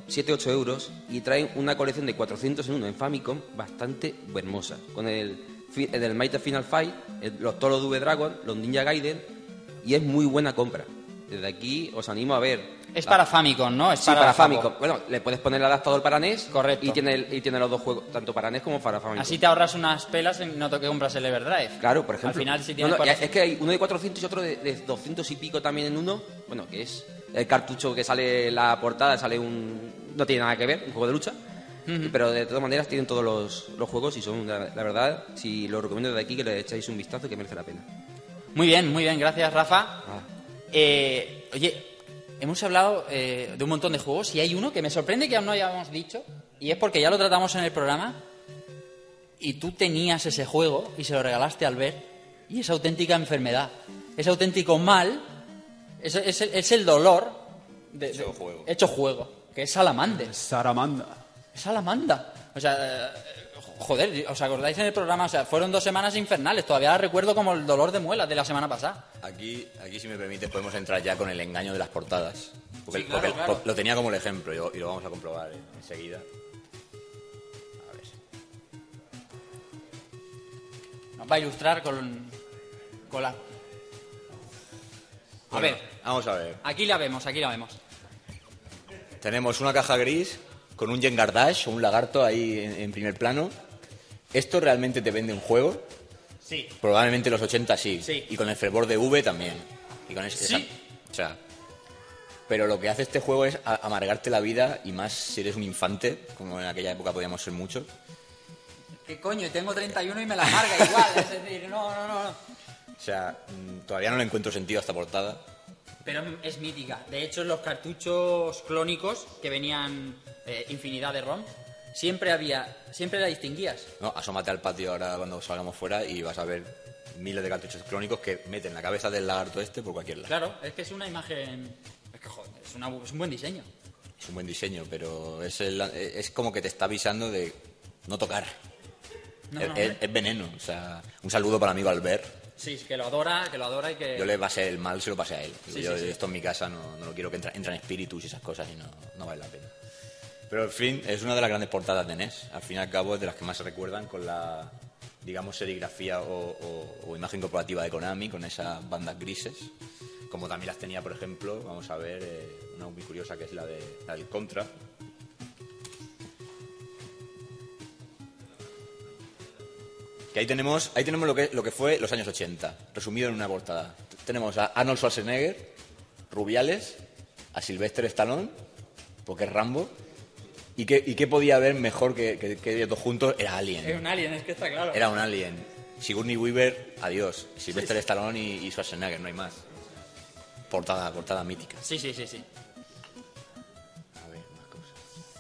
7-8 euros y traen una colección de 400 en uno en Famicom bastante hermosa. Con el Mighty Final Fight, todos los Double Dragon, los Ninja Gaiden, y es muy buena compra. Desde aquí os animo a ver. Es para Famicom, ¿no? Es Sí, para para Japo. Famicom. Bueno, le puedes poner el adaptador para NES. Correcto. Y tiene los dos juegos, tanto para NES como para Famicom. Así te ahorras unas pelas en no te que compras el Everdrive. Claro, por ejemplo. Al final, si No, tienes... no, es que hay uno de 400 y otro de 200 y pico también en uno. Bueno, que es el cartucho que sale en la portada, sale no tiene nada que ver, un juego de lucha. Pero de todas maneras tienen todos los juegos y son, la verdad, si lo recomiendo desde aquí, que le echáis un vistazo, que merece la pena. Muy bien, gracias, Rafa. Oye, hemos hablado de un montón de juegos y hay uno que me sorprende que aún no hayamos dicho, y es porque ya lo tratamos en el programa y tú tenías ese juego y se lo regalaste a Albert, y es auténtica enfermedad, es auténtico mal, es el dolor hecho juego, que es Salamander. Saramanda. Es Salamanda. O sea, joder, ¿os acordáis en el programa? O sea, fueron 2 semanas infernales. Todavía recuerdo como el dolor de muelas de la semana pasada. Aquí, si me permites, podemos entrar ya con el engaño de las portadas. Porque, Sí, claro. lo tenía como el ejemplo y lo vamos a comprobar enseguida. A ver. Nos va a ilustrar con la... A ver. Vamos a ver. Aquí la vemos. Tenemos una caja gris con un Jengar Dash o un lagarto ahí en primer plano. ¿Esto realmente te vende un juego? Sí. Probablemente los 80 sí. Sí. Y con el fervor de V también. Y con Sí. O sea, pero lo que hace este juego es amargarte la vida, y más si eres un infante, como en aquella época podíamos ser muchos. ¿Qué coño? Tengo 31 y me la amarga igual. Es decir, no. O sea, todavía no le encuentro sentido a esta portada. Pero es mítica. De hecho, en los cartuchos clónicos que venían infinidad de ROM, siempre la distinguías. No, asómate al patio ahora cuando salgamos fuera y vas a ver miles de cartuchos clónicos que meten la cabeza del lagarto este por cualquier lado. Claro, es que es una imagen... Es que, joder, es un buen diseño. Es un buen diseño, pero es como que te está avisando de no tocar. Es veneno. O sea, un saludo para el amigo Albert. Sí, que lo adora y que... Yo le pasé el mal, se lo pasé a él. Sí, yo sí. esto en mi casa no lo quiero, que entran espíritus y esas cosas y no vale la pena. Pero, en fin, es una de las grandes portadas de NES. Al fin y al cabo es de las que más se recuerdan con la, digamos, serigrafía o imagen corporativa de Konami, con esas bandas grises. Como también las tenía, por ejemplo, vamos a ver, una muy curiosa que es la del Contra. Que ahí tenemos lo que fue los años 80, resumido en una portada. Tenemos a Arnold Schwarzenegger, Rubiales, a Sylvester Stallone, porque es Rambo. ¿Y qué podía haber mejor que ellos dos juntos? Era Alien. Es un alien, es que está claro. Era un Alien. Sigourney Weaver, adiós. Sylvester Stallone y Schwarzenegger, no hay más. Portada mítica. Sí. A ver, más cosas.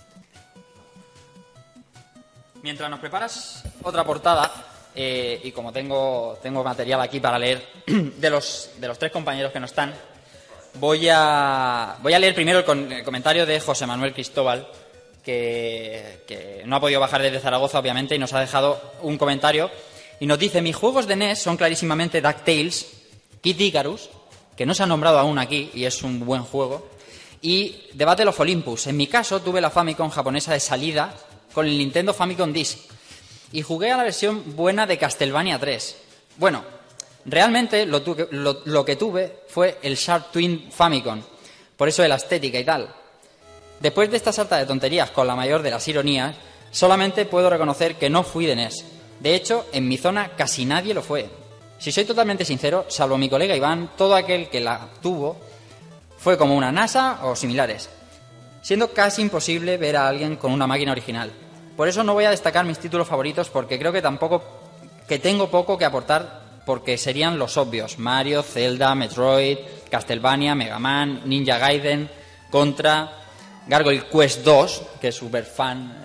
Mientras nos preparas otra portada, y como tengo material aquí para leer de los 3 compañeros que no están, voy a leer primero el comentario de José Manuel Cristóbal, que no ha podido bajar desde Zaragoza, obviamente, y nos ha dejado un comentario y nos dice: mis juegos de NES son clarísimamente DuckTales, Kid Icarus, que no se ha nombrado aún aquí y es un buen juego, y The Battle of Olympus. En mi caso tuve la Famicom japonesa de salida con el Nintendo Famicom Disk y jugué a la versión buena de Castlevania 3. Bueno, realmente lo que tuve fue el Sharp Twin Famicom, por eso de la estética y tal. Después de esta sarta de tonterías con la mayor de las ironías, solamente puedo reconocer que no fui de NES. De hecho, en mi zona casi nadie lo fue. Si soy totalmente sincero, salvo mi colega Iván, todo aquel que la tuvo fue como una NASA o similares, siendo casi imposible ver a alguien con una máquina original. Por eso no voy a destacar mis títulos favoritos, porque creo que tengo poco que aportar, porque serían los obvios: Mario, Zelda, Metroid, Castlevania, Mega Man, Ninja Gaiden, Contra, Gargoyle Quest 2, que es super fan,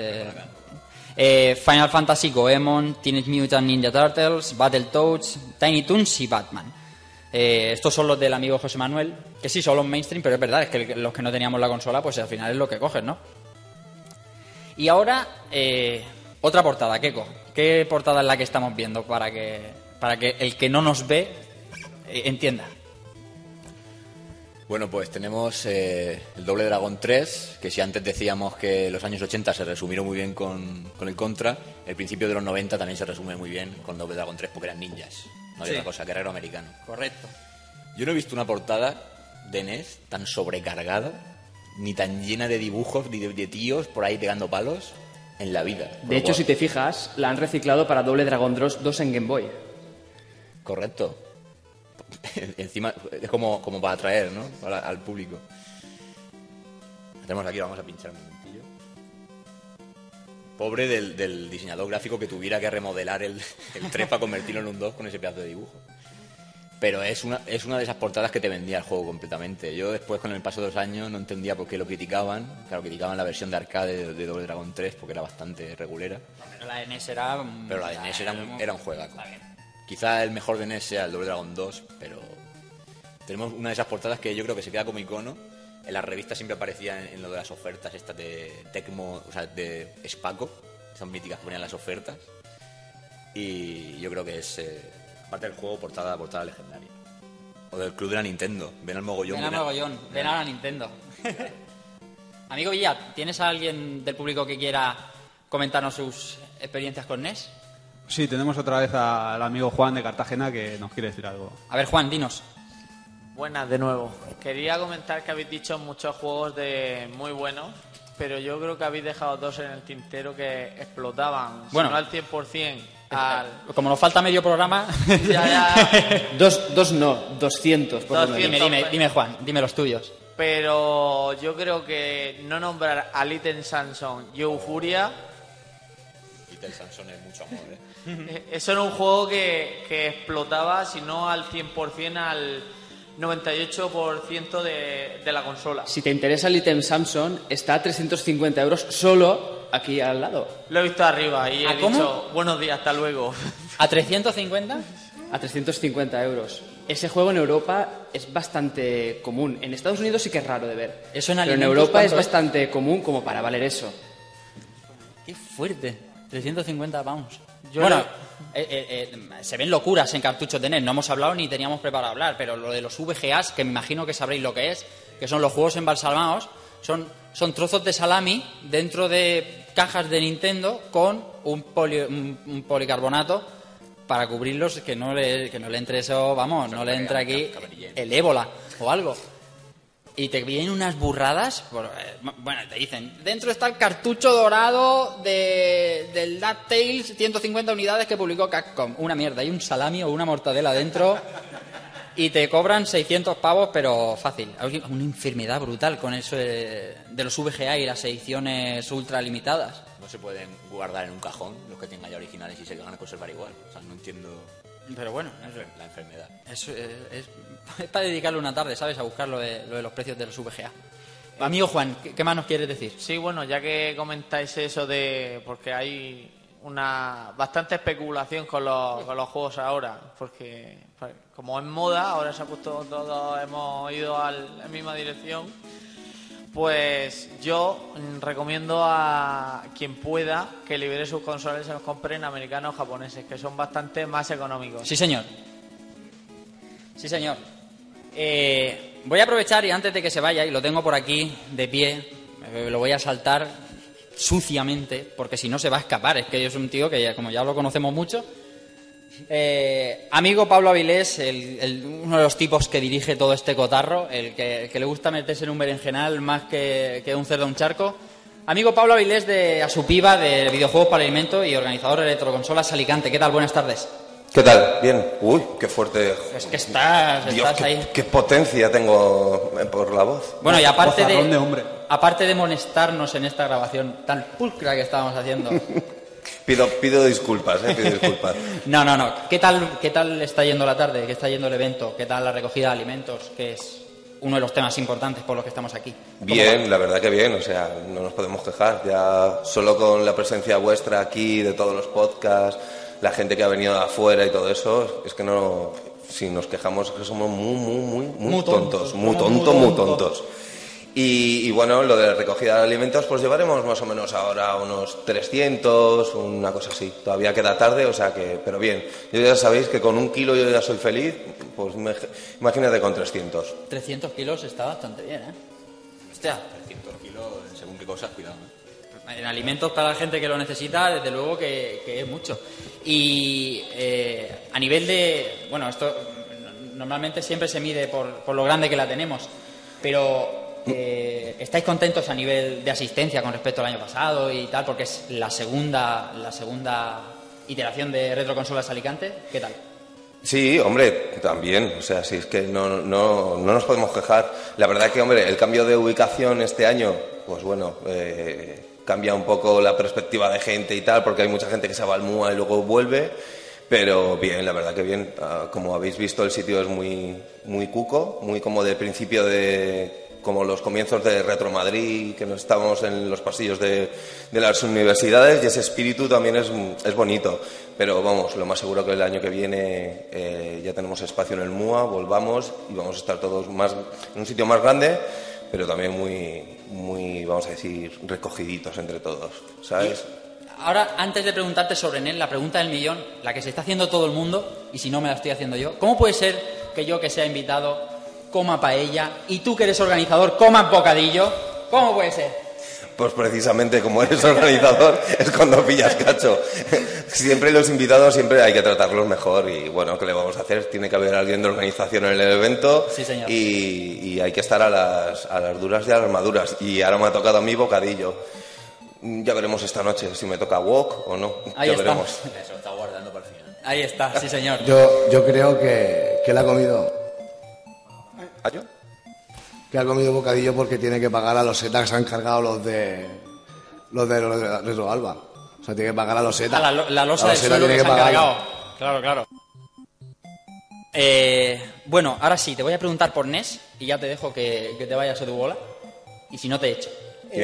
Final Fantasy, Goemon, Teenage Mutant Ninja Turtles, Battletoads, Tiny Toons y Batman. Estos son los del amigo José Manuel, que sí son los mainstream, pero es verdad, es que los que no teníamos la consola, pues al final es lo que coges, ¿no? Y ahora, otra portada, Keiko. ¿Qué portada es la que estamos viendo para que el que no nos ve entienda? Bueno, pues tenemos el Doble Dragon 3, que si antes decíamos que los años 80 se resumieron muy bien con el Contra, el principio de los 90 también se resume muy bien con Doble Dragon 3 porque eran ninjas. No había otra cosa, guerrero americano. Correcto. Yo no he visto una portada de NES tan sobrecargada, ni tan llena de dibujos, ni de tíos por ahí pegando palos en la vida. De hecho, si te fijas, la han reciclado para Doble Dragon 2 en Game Boy. Correcto. Encima es como para atraer, ¿no? Al público. Tenemos aquí, vamos a pinchar un momentillo. Pobre del diseñador gráfico que tuviera que remodelar el 3 para convertirlo en un 2 con ese pedazo de dibujo. Pero es una de esas portadas que te vendía el juego completamente. Yo después, con el paso de los años, no entendía por qué lo criticaban. Claro, criticaban la versión de arcade de Double Dragon 3 porque era bastante regulera. Pero la de NES era... Pero la de NES era un juegazo. Quizá el mejor de NES sea el Double Dragon 2, pero tenemos una de esas portadas que yo creo que se queda como icono. En las revistas siempre aparecía en lo de las ofertas estas de Tecmo, o sea, de Spaco, esas míticas que ponían las ofertas. Y yo creo que es parte del juego portada legendaria. O del club de la Nintendo. Ven al mogollón. Ven a la Nintendo. Amigo Villa, ¿tienes a alguien del público que quiera comentarnos sus experiencias con NES? Sí, tenemos otra vez al amigo Juan de Cartagena que nos quiere decir algo. A ver, Juan, dinos. Buenas de nuevo. Quería comentar que habéis dicho muchos juegos de muy buenos, pero yo creo que habéis dejado dos en el tintero que explotaban, bueno, si no al 100%. Como nos falta medio programa... Dos no, 200. Por 200. Dime, Juan, dime los tuyos. Pero yo creo que no nombrar a Little Samson y Euphoria... Little Samson es mucho amor, Eso era un juego que explotaba, si no al 100%, al 98% de la consola. Si te interesa el ítem Samsung, está a 350 euros solo aquí al lado. Lo he visto arriba y he ¿Cómo? dicho buenos días, hasta luego. ¿A 350? A 350 euros. Ese juego en Europa es bastante común. En Estados Unidos sí que es raro de ver. Eso en pero en alimentos, Europa es ¿cuánto es? bastante común como para valer eso. Qué fuerte. 350 pounds. Yo Bueno, se ven locuras en cartuchos de NES. No hemos hablado ni teníamos preparado hablar, pero lo de los VGAs, que me imagino que sabréis lo que es, que son los juegos embalsamados, son trozos de salami dentro de cajas de Nintendo con un policarbonato para cubrirlos, que no le entre eso, vamos, no le entra aquí el ébola o algo. Y te vienen unas burradas, bueno, te dicen, dentro está el cartucho dorado del DuckTales, 150 unidades que publicó Capcom. Una mierda, hay un salami o una mortadela dentro y te cobran 600 pavos, pero fácil. Hay una enfermedad brutal con eso de los VGA y las ediciones ultra limitadas. No se pueden guardar en un cajón los que tengan ya originales y se van a conservar igual. O sea, no entiendo... Pero bueno, la enfermedad. Es para dedicarle una tarde, ¿sabes? A buscar lo de los precios de los VGA. Amigo Juan, ¿qué más nos quieres decir? Sí, bueno, ya que comentáis eso de... Porque hay una bastante especulación con los juegos ahora, porque como es moda, ahora se ha puesto todo, hemos ido en la misma dirección. Pues yo recomiendo a quien pueda que libere sus consolas y se los compren americanos o japoneses, que son bastante más económicos. Sí, señor. Sí, señor. Voy a aprovechar y antes de que se vaya, y lo tengo por aquí de pie, lo voy a saltar suciamente, porque si no se va a escapar. Es que yo soy un tío que, como ya lo conocemos mucho... amigo Pablo Avilés, uno de los tipos que dirige todo este cotarro, el que le gusta meterse en un berenjenal más que un cerdo a un charco. Amigo Pablo Avilés de Asupiva, de Videojuegos para Alimento y organizador de Retroconsolas Alicante. ¿Qué tal? Buenas tardes. ¿Qué tal? Bien. Uy, qué fuerte. Es que estás ahí. Qué potencia tengo por la voz. Bueno, y aparte de hombre. aparte de molestarnos en esta grabación tan pulcra que estábamos haciendo... Pido disculpas, pido disculpas. No. ¿Qué tal está yendo la tarde? ¿Qué está yendo el evento? ¿Qué tal la recogida de alimentos? Que es uno de los temas importantes por los que estamos aquí. Bien, la verdad que bien, o sea, no nos podemos quejar. Ya solo con la presencia vuestra aquí, de todos los podcasts, la gente que ha venido de afuera y todo eso, es que no... Si nos quejamos es que somos muy tontos. Y bueno, lo de recogida de alimentos, pues llevaremos más o menos ahora unos 300, una cosa así. Todavía queda tarde, o sea que, pero bien. Yo ya sabéis que con 1 kilo yo ya soy feliz, pues imagínate con 300. 300 kilos está bastante bien, ¿eh? Hostia. 300 kilos, según qué cosas, cuidado. En alimentos para la gente que lo necesita, desde luego que es mucho. Y a nivel de... Bueno, esto normalmente siempre se mide por lo grande que la tenemos, pero... ¿estáis contentos a nivel de asistencia con respecto al año pasado y tal? Porque es la segunda iteración de Retroconsolas Alicante. ¿Qué tal? Sí, hombre, también. O sea, si es que no nos podemos quejar. La verdad que, hombre, el cambio de ubicación este año, pues bueno, cambia un poco la perspectiva de gente y tal, porque hay mucha gente que se va al MUA y luego vuelve. Pero bien, la verdad que bien. Como habéis visto, el sitio es muy, muy cuco, muy como de principio de... como los comienzos de Retro Madrid, que no estábamos en los pasillos de las universidades, y ese espíritu también es bonito. Pero vamos, lo más seguro que el año que viene ya tenemos espacio en el MUA, volvamos y vamos a estar todos en un sitio más grande, pero también muy, vamos a decir, recogiditos entre todos, ¿sabes? Ahora, antes de preguntarte sobre NES, la pregunta del millón, la que se está haciendo todo el mundo, y si no me la estoy haciendo yo, ¿cómo puede ser que yo, que sea invitado, coma paella, y tú, que eres organizador, comas bocadillo? ¿Cómo puede ser? Pues precisamente como eres organizador es cuando pillas cacho. Siempre los invitados siempre hay que tratarlos mejor y bueno, ¿qué le vamos a hacer? Tiene que haber alguien de organización en el evento. Sí, señor. Y hay que estar a las duras y a las maduras. Y ahora me ha tocado a mí bocadillo. Ya veremos esta noche si me toca wok o no. Ahí ya está. veremos. Eso está guardando para el final. Ahí está, sí, señor. Yo creo que él ha comido... ¿Ah, yo? Que ha comido bocadillo porque tiene que pagar a los setas que se han cargado los de Retro Alba. O sea, tiene que pagar a los setas. La losa del suelo que se han cargado. Claro. Bueno, ahora sí, te voy a preguntar por NES y ya te dejo que te vayas a tu bola. Y si no, te echo.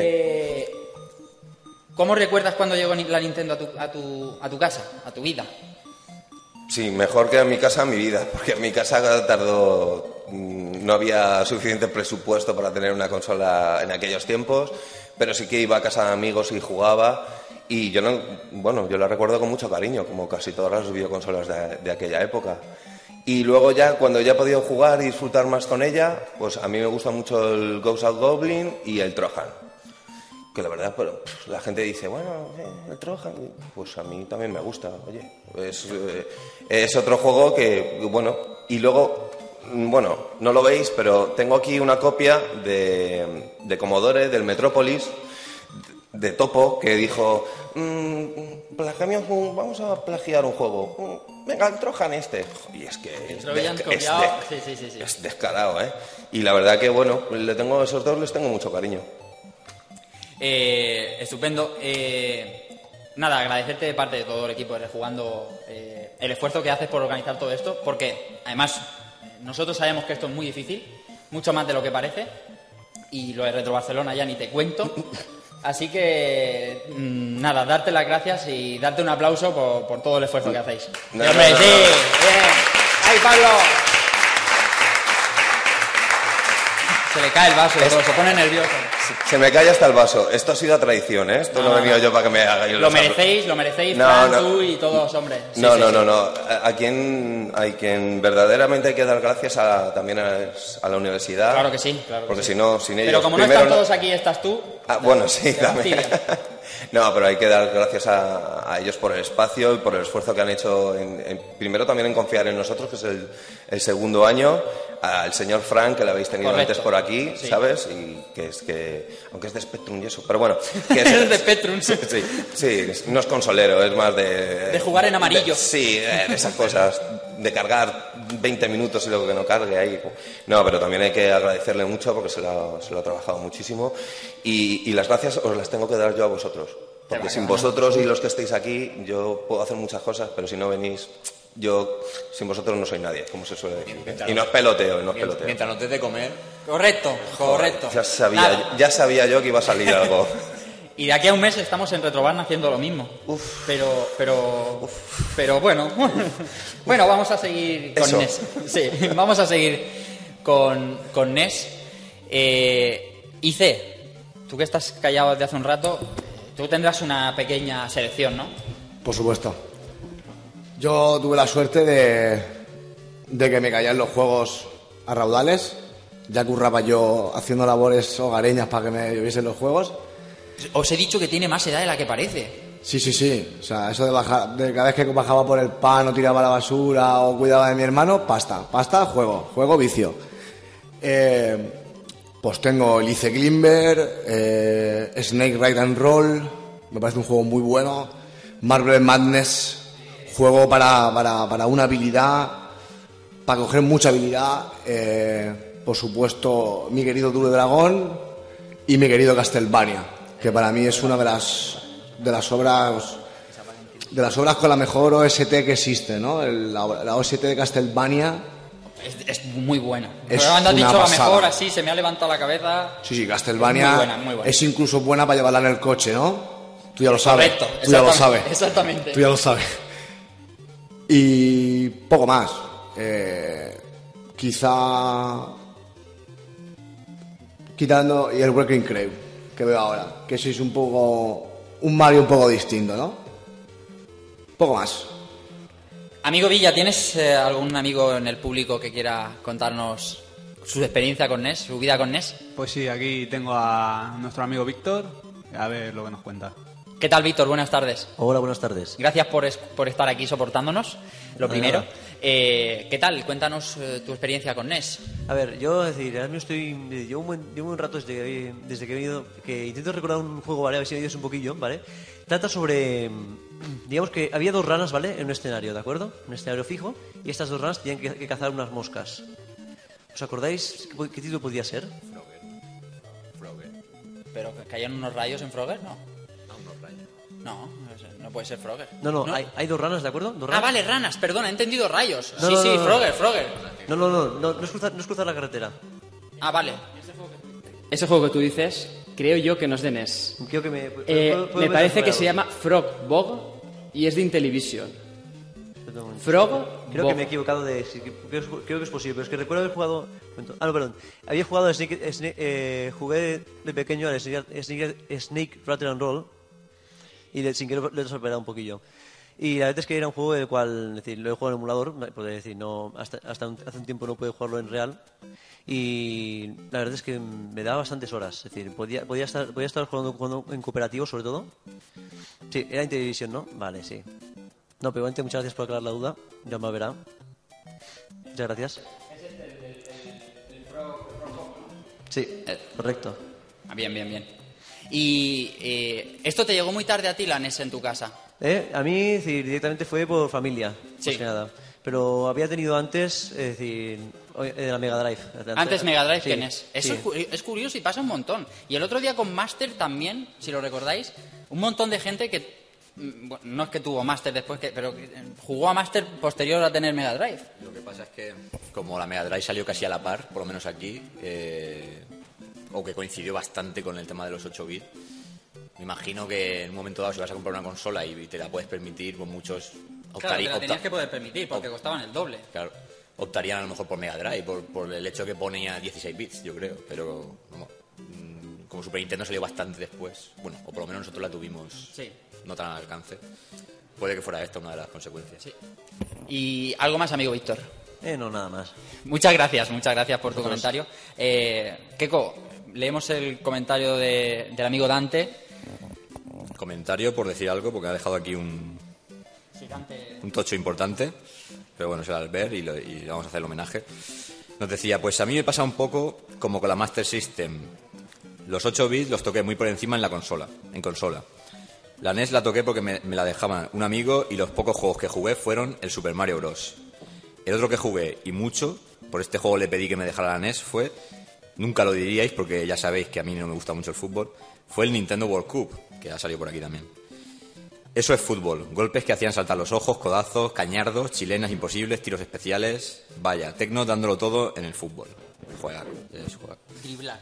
¿Cómo recuerdas cuando llegó la Nintendo a tu casa, a tu vida? Sí, mejor que en mi casa, mi vida, porque en mi casa tardó, no había suficiente presupuesto para tener una consola en aquellos tiempos, pero sí que iba a casa de amigos y jugaba, y yo la recuerdo con mucho cariño, como casi todas las videoconsolas de aquella época. Y luego ya, cuando ya he podido jugar y disfrutar más con ella, pues a mí me gusta mucho el Ghost of Goblin y el Trojan. Que la verdad, pero la gente dice, bueno, el Trojan, pues a mí también me gusta, oye. Es otro juego que, bueno, y luego, bueno, no lo veis, pero tengo aquí una copia de Commodore, del Metrópolis, de Topo, que dijo, vamos a plagiar un juego. Venga, el Trojan este. Y es que es descarado, ¿eh? Y la verdad que, bueno, esos dos les tengo mucho cariño. Estupendo. Nada, agradecerte de parte de todo el equipo de Rejugando el esfuerzo que haces por organizar todo esto, porque además nosotros sabemos que esto es muy difícil, mucho más de lo que parece, y lo de Retro Barcelona ya ni te cuento. Así que nada, darte las gracias y darte un aplauso por todo el esfuerzo que hacéis. No. ¡Bien! ¡Ay, Pablo! Se le cae el vaso y todo, se pone nervioso. Se me cae hasta el vaso. Esto ha sido a traición, ¿eh? Esto no he venido yo para que me hagáis lo merecéis, Fran, tú y todos, hombre. Sí, no. A quien verdaderamente hay que dar gracias también a la universidad. Claro que sí. Porque si no, sin ellos... Pero como no están todos aquí, estás tú... bueno, sí, también. No, pero hay que dar gracias a ellos por el espacio y por el esfuerzo que han hecho, primero también en confiar en nosotros, que es el segundo año, al señor Frank, que lo habéis tenido antes por aquí, sí. ¿Sabes? Y aunque es de Spectrum y eso, pero bueno. Que es de Spectrum. Sí, no es consolero, es más de jugar en amarillo. De esas cosas, de cargar 20 minutos y luego que no cargue ahí. No, pero también hay que agradecerle mucho porque se lo ha trabajado muchísimo. Y las gracias os las tengo que dar yo a vosotros. Porque sin vosotros y los que estéis aquí, yo puedo hacer muchas cosas, pero si no venís, yo sin vosotros no soy nadie, como se suele decir. Y no es peloteo, Mientras no te dé comer. Correcto. Ya sabía yo que iba a salir algo. Y de aquí a un mes estamos en Retrobarn haciendo lo mismo. Pero bueno. Bueno, vamos a seguir con NES. Sí, vamos a seguir con NES. Ice, tú que estás callado desde hace un rato, tú tendrás una pequeña selección, ¿no? Por supuesto. Yo tuve la suerte de que me caían los juegos a raudales. Ya curraba yo haciendo labores hogareñas para que me lloviesen los juegos. Os he dicho que tiene más edad de la que parece. Sí. O sea, eso de bajar, de cada vez que bajaba por el pan o tiraba la basura o cuidaba de mi hermano, pasta, juego, vicio. Pues tengo el Ice Climber, Snake Ride and Roll, me parece un juego muy bueno. Marble Madness, juego para una habilidad, para coger mucha habilidad. Por supuesto, mi querido Double Dragon y mi querido Castlevania, que para mí es una de las obras con la mejor OST que existe, ¿no? La OST de Castlevania es muy buena. Es Cuando has una dicho la pasada. mejor, así se me ha levantado la cabeza. Sí, Castlevania muy buena. es incluso buena para llevarla en el coche, ¿no? Tú ya lo sabes. Correcto, Tú ya lo sabes. exactamente. Tú ya lo sabes. Y poco más. Quizá quitando y el Wrecking Crew que veo ahora, que sois un Mario un poco distinto, ¿no? Poco más. Amigo Villa, ¿tienes algún amigo en el público que quiera contarnos su experiencia con NES, su vida con NES? Pues sí, aquí tengo a nuestro amigo Víctor, a ver lo que nos cuenta. ¿Qué tal, Víctor? Buenas tardes. Hola, buenas tardes. Gracias por estar aquí soportándonos, lo primero. ¿Qué tal? Cuéntanos tu experiencia con NES. A ver, yo, es decir, ahora mismo llevo un buen rato desde que he venido, que intento recordar un juego, ¿vale? A ver si me ayudas un poquillo, ¿vale? Trata sobre, digamos que había dos ranas, ¿vale? En un escenario, ¿de acuerdo? Un escenario fijo, y estas dos ranas tenían que cazar unas moscas. ¿Os acordáis qué título podía ser? Frogger. ¿Pero que caían unos rayos en Frogger? No. No puede ser Frogger. No. Hay dos ranas, ¿de acuerdo? Dos ranas. Ah, vale, ranas, perdona, he entendido rayos. No, Sí, no. Frogger. No es cruzar la carretera. Ah, vale. Ese juego que tú dices, creo yo que no es de NES. Creo que me parece que se llama Frog Bog y es de Intellivision. Frog Creo Bog. que me he equivocado creo que es posible, pero es que recuerdo haber jugado... perdón. Había jugado a jugué de pequeño al Snake Rattle and Roll y sin querer lo he desesperado un poquillo. Y la verdad es que era un juego del cual, es decir, lo he jugado en emulador, porque decir, no, hasta hace un tiempo no pude jugarlo en real. Y la verdad es que me daba bastantes horas, es decir, podía estar jugando en cooperativo sobre todo. Sí, era Intellivision, ¿no? Vale, sí. No, pero igualmente muchas gracias por aclarar la duda, ya me verá. Muchas gracias. Sí, correcto. Bien. ¿Y esto te llegó muy tarde a ti, la NES, en tu casa? A mí, es decir, directamente fue por familia, Sí. más que nada. Pero había tenido antes, es decir, de la Mega Drive. Antes Mega Drive Sí, que NES. Eso sí. es curioso y pasa un montón. Y el otro día con Master también, si lo recordáis, un montón de gente que... bueno, no es que tuvo Master después, pero que jugó a Master posterior a tener Mega Drive. Lo que pasa es que, como la Mega Drive salió casi a la par, por lo menos aquí, o que coincidió bastante con el tema de los 8 bits, me imagino que en un momento dado, si vas a comprar una consola y te la puedes permitir, pues muchos Claro, te la tenías que poder permitir porque costaban el doble. Claro, optarían a lo mejor por Mega Drive, por el hecho que ponía 16 bits, yo creo. Pero vamos, como Super Nintendo salió bastante después, bueno, o por lo menos nosotros la tuvimos Sí. no tan al alcance, puede que fuera esta una de las consecuencias. Sí. ¿Y algo más, amigo Víctor? No, nada más. Muchas gracias por tu comentario. Keko, leemos el comentario del amigo Dante. Comentario por decir algo, porque ha dejado aquí un tocho importante, pero bueno, será al ver y le vamos a hacer el homenaje. Nos decía, pues a mí me pasa un poco como con la Master System. Los 8 bits los toqué muy por encima en consola. La NES la toqué porque me la dejaba un amigo y los pocos juegos que jugué fueron el Super Mario Bros. El otro que jugué, y mucho, por este juego le pedí que me dejara la NES, fue, nunca lo diríais porque ya sabéis que a mí no me gusta mucho el fútbol, fue el Nintendo World Cup, que ha salido por aquí también. Eso es fútbol, golpes que hacían saltar los ojos, codazos, cañardos, chilenas imposibles, tiros especiales, vaya, Tecno dándolo todo en el fútbol. Juega. Driblar.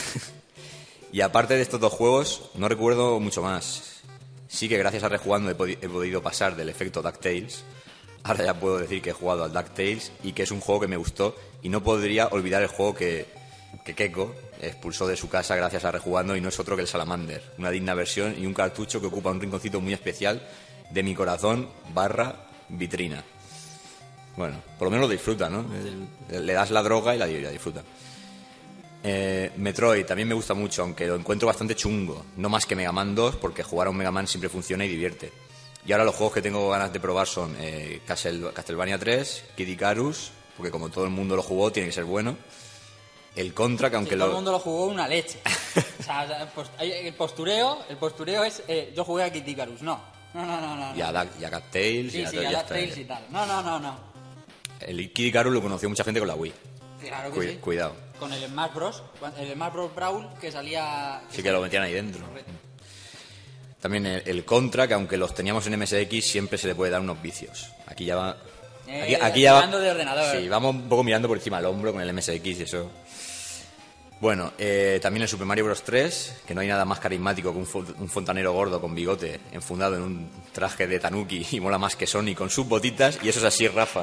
Y aparte de estos dos juegos, no recuerdo mucho más. Sí que gracias a Rejugando he podido pasar del efecto DuckTales. Ahora ya puedo decir que he jugado al DuckTales y que es un juego que me gustó y no podría olvidar el juego que Keko expulsó de su casa gracias a Rejugando y no es otro que el Salamander, una digna versión y un cartucho que ocupa un rinconcito muy especial de mi corazón / vitrina. Bueno, por lo menos lo disfruta, ¿no? Le das la droga y la disfruta. Metroid también me gusta mucho, aunque lo encuentro bastante chungo. No más que Mega Man 2, porque jugar a un Mega Man siempre funciona y divierte. Y ahora los juegos que tengo ganas de probar son Castlevania 3, Kid Icarus, porque como todo el mundo lo jugó, tiene que ser bueno. El Contra, que aunque todo el mundo lo jugó una leche. O sea, el postureo es yo jugué a Kid Icarus, no. Y a DuckTales sí, a DuckTales y tal. No. El Kid Icarus lo conoció mucha gente con la Wii. Claro que sí. Cuidado. Con el Smash Bros. El Smash Bros. Brawl que salía... Sí que lo metían ahí dentro. También el Contra, que aunque los teníamos en MSX, siempre se le puede dar unos vicios. Aquí ya va... Aquí ya va... de ordenador. Sí, vamos un poco mirando por encima del hombro con el MSX y eso. Bueno, también el Super Mario Bros. 3, que no hay nada más carismático que un fontanero gordo con bigote enfundado en un traje de tanuki y mola más que Sonic con sus botitas, y eso es así, Rafa.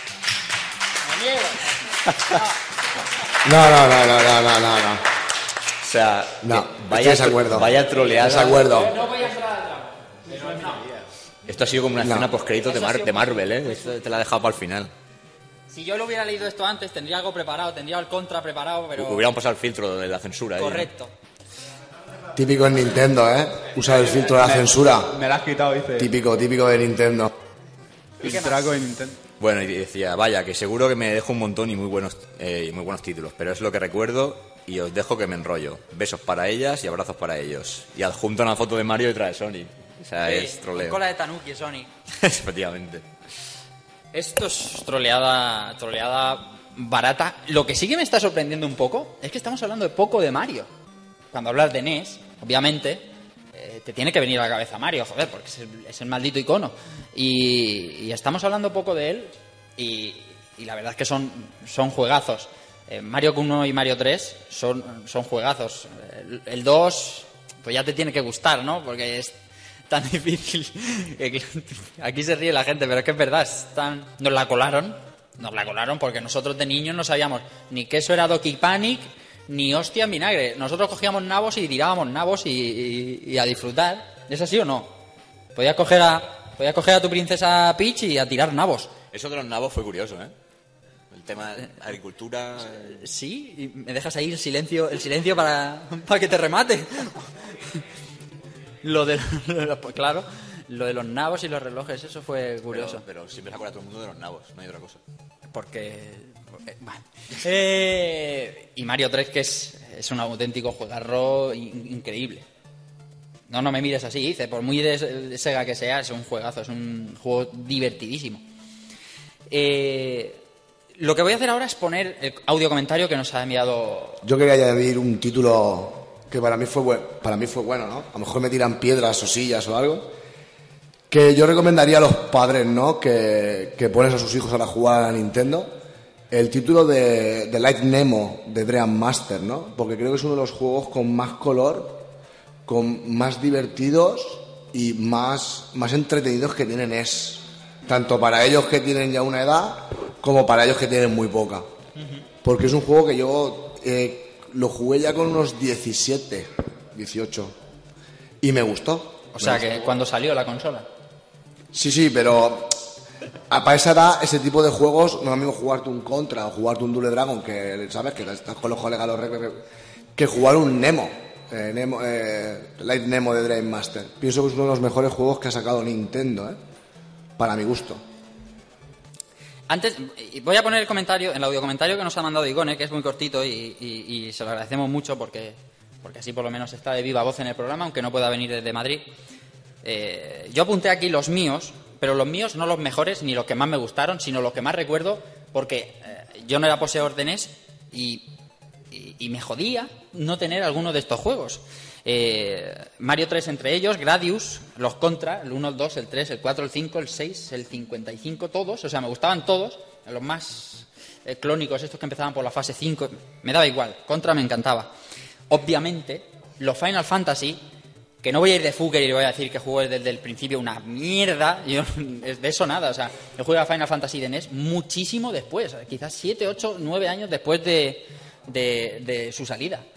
No. O sea, vaya troleada. Desacuerdo. No voy a hacer nada. Esto ha sido como una escena post-créditos de Marvel, ¿eh? Esto te la ha dejado para el final. Si yo lo hubiera leído esto antes, tendría algo preparado, tendría el Contra preparado, pero... Hubiéramos pasado el filtro de la censura. Correcto. Típico en Nintendo, ¿eh? Usar el filtro de la censura. Me la has quitado, dice. Típico de Nintendo. El traco de Nintendo. Bueno, y decía, vaya, que seguro que me dejo un montón y muy buenos títulos, pero es lo que recuerdo y os dejo que me enrollo. Besos para ellas y abrazos para ellos. Y adjunto una foto de Mario y otra de Sonic. O sea, es troleo. Con cola de Tanuki, Sonic. Efectivamente. Esto es troleada barata. Lo que sí que me está sorprendiendo un poco es que estamos hablando de poco de Mario. Cuando hablas de NES, obviamente, te tiene que venir a la cabeza Mario, joder, porque es el maldito icono. Y estamos hablando poco de él y la verdad es que son juegazos. Mario 1 y Mario 3 son juegazos. El 2, pues ya te tiene que gustar, ¿no? Porque es tan difícil. Aquí se ríe la gente, pero es que es verdad. Nos la colaron porque nosotros de niños no sabíamos ni que eso era Donkey Panic, ni hostia en vinagre. Nosotros cogíamos nabos y tirábamos nabos y a disfrutar. ¿Es así o no? Podías coger a tu princesa Peach y a tirar nabos. Eso de los nabos fue curioso, ¿eh? El tema de agricultura... Sí, y me dejas ahí el silencio para que te remate. Claro, lo de los nabos y los relojes, eso fue curioso. Pero siempre se acuerda todo el mundo de los nabos, no hay otra cosa. Y Mario 3, que es un auténtico juegarro increíble. No me mires así, dice, por muy de Sega que sea, es un juegazo, es un juego divertidísimo. Lo que voy a hacer ahora es poner el audio comentario que nos ha enviado... Yo quería añadir un título que para mí fue bueno, ¿no? A lo mejor me tiran piedras o sillas o algo. Que yo recomendaría a los padres, ¿no? Que ponen a sus hijos a jugar a Nintendo. El título de Light Nemo de Dream Master, ¿no? Porque creo que es uno de los juegos con más color, con más divertidos y más entretenidos que tienen NES. Tanto para ellos que tienen ya una edad como para ellos que tienen muy poca. Porque es un juego que yo lo jugué ya con unos 17, 18 y me gustó. O sea, que cuando salió la consola. Sí, pero para esa edad, ese tipo de juegos, no es lo mismo jugarte un Contra o jugarte un Double Dragon, que sabes que estás con los colegas que jugar un Nemo. Light Nemo de Dream Master. Pienso que es uno de los mejores juegos que ha sacado Nintendo, para mi gusto. Antes, voy a poner el audio comentario que nos ha mandado Igone, que es muy cortito y se lo agradecemos mucho porque así por lo menos está de viva voz en el programa, aunque no pueda venir desde Madrid. Yo apunté aquí los míos, pero los míos no los mejores ni los que más me gustaron, sino los que más recuerdo, porque yo no era poseedor de NES y me jodía no tener alguno de estos juegos. Mario 3 entre ellos, Gradius, los Contra, el 1, el 2, el 3, el 4, el 5, el 6, el 55, todos, o sea, me gustaban todos, los más clónicos, estos que empezaban por la fase 5, me daba igual, Contra me encantaba. Obviamente, los Final Fantasy, que no voy a ir de fucker y voy a decir que jugué desde el principio una mierda, yo de eso nada, o sea, yo jugué a Final Fantasy de NES muchísimo después, quizás 7, 8, 9 años después de su salida.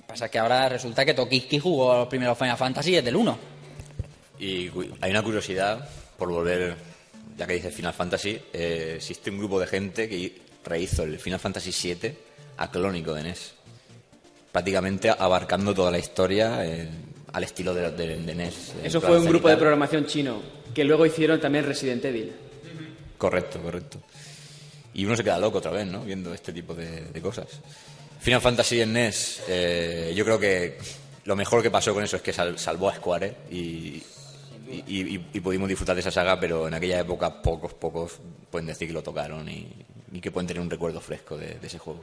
Pasa que ahora resulta que Tokiski jugó los primeros Final Fantasy desde el 1. Y hay una curiosidad, por volver, ya que dices Final Fantasy, existe un grupo de gente que rehizo el Final Fantasy VII aclónico de NES. Prácticamente abarcando toda la historia al estilo de NES. Eso fue un grupo de programación chino, que luego hicieron también Resident Evil. Correcto. Y uno se queda loco otra vez, ¿no? Viendo este tipo de cosas. Final Fantasy en NES, yo creo que lo mejor que pasó con eso es que salvó a Square y pudimos disfrutar de esa saga, pero en aquella época pocos pueden decir que lo tocaron y que pueden tener un recuerdo fresco de ese juego.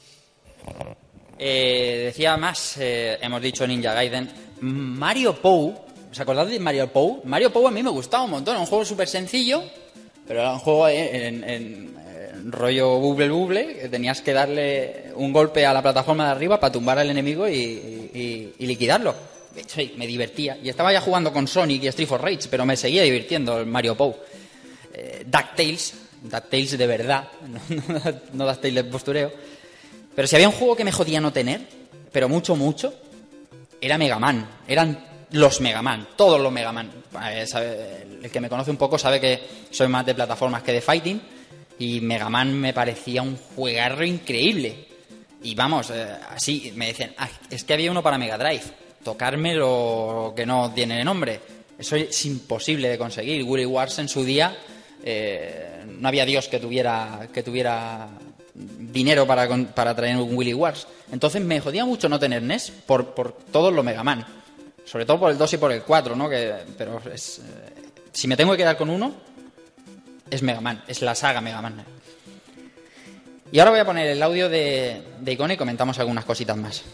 Decía más, hemos dicho Ninja Gaiden, Mario Pou. ¿Os acordáis de Mario Pou? Mario Pou a mí me gustaba un montón, era un juego súper sencillo, pero era un juego en rollo buble, que tenías que darle un golpe a la plataforma de arriba para tumbar al enemigo y liquidarlo. Sí, me divertía. Y estaba ya jugando con Sonic y Street for Rage, pero me seguía divirtiendo el Mario Pou. DuckTales de verdad, no DuckTales de postureo. Pero si había un juego que me jodía no tener, pero mucho, era Mega Man. Eran los Mega Man, todos los Mega Man. El que me conoce un poco sabe que soy más de plataformas que de fighting. Y Mega Man me parecía un juegarro increíble. Y vamos, así me decían, es que había uno para Mega Drive. Tocármelo que no tiene nombre. Eso es imposible de conseguir. Willy Wars en su día, no había Dios que tuviera dinero para traer un Willy Wars. Entonces me jodía mucho no tener NES por todos los Mega Man. Sobre todo por el 2 y por el 4, ¿no? Pero si me tengo que quedar con uno, es Mega Man, es la saga Mega Man. Y ahora voy a poner el audio de Icone y comentamos algunas cositas más.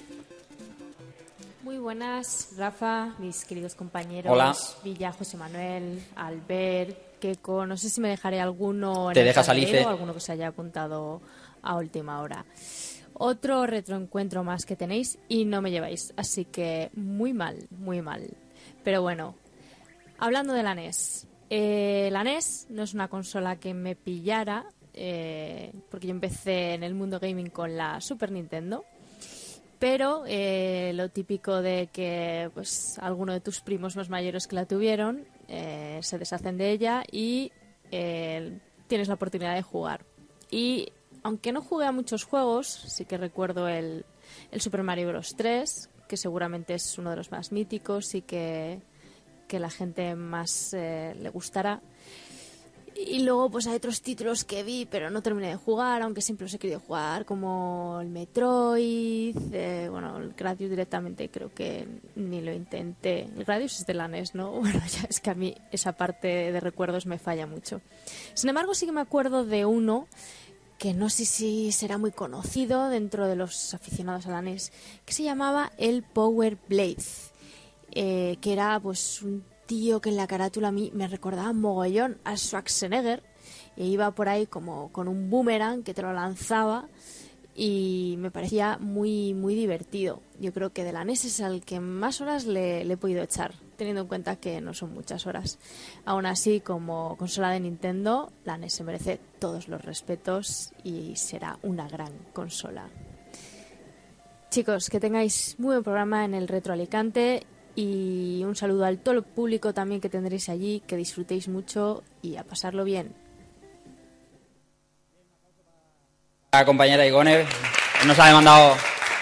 Muy buenas, Rafa, mis queridos compañeros. Hola. Villa, José Manuel, Albert, Keiko. No sé si me dejaré alguno en Te el dejas tablero Alice. o alguno que se haya apuntado a última hora. Otro retroencuentro más que tenéis y no me lleváis. Así que muy mal. Pero bueno, hablando de la NES. La NES no es una consola que me pillara, porque yo empecé en el mundo gaming con la Super Nintendo. Pero lo típico de que pues alguno de tus primos más mayores que la tuvieron se deshacen de ella y tienes la oportunidad de jugar. Y aunque no jugué a muchos juegos, sí que recuerdo el Super Mario Bros. 3, que seguramente es uno de los más míticos y que la gente más le gustará. Y luego pues hay otros títulos que vi pero no terminé de jugar, aunque siempre los he querido jugar, como el Metroid, el Gradius directamente creo que ni lo intenté. El Gradius es de la NES, ¿no? Bueno, ya es que a mí esa parte de recuerdos me falla mucho. Sin embargo, sí que me acuerdo de uno que no sé si será muy conocido dentro de los aficionados a la NES, que se llamaba el Power Blade, que era pues un tío que en la carátula a mí me recordaba mogollón a Schwarzenegger y iba por ahí como con un boomerang que te lo lanzaba y me parecía muy divertido. Yo creo que de la NES es al que más horas le he podido echar, teniendo en cuenta que no son muchas horas. Aún así, como consola de Nintendo, la NES se merece todos los respetos y será una gran consola. Chicos, que tengáis muy buen programa en el Retro Alicante. Y un saludo al todo el público también que tendréis allí, que disfrutéis mucho y a pasarlo bien. La compañera Icone nos ha demandado.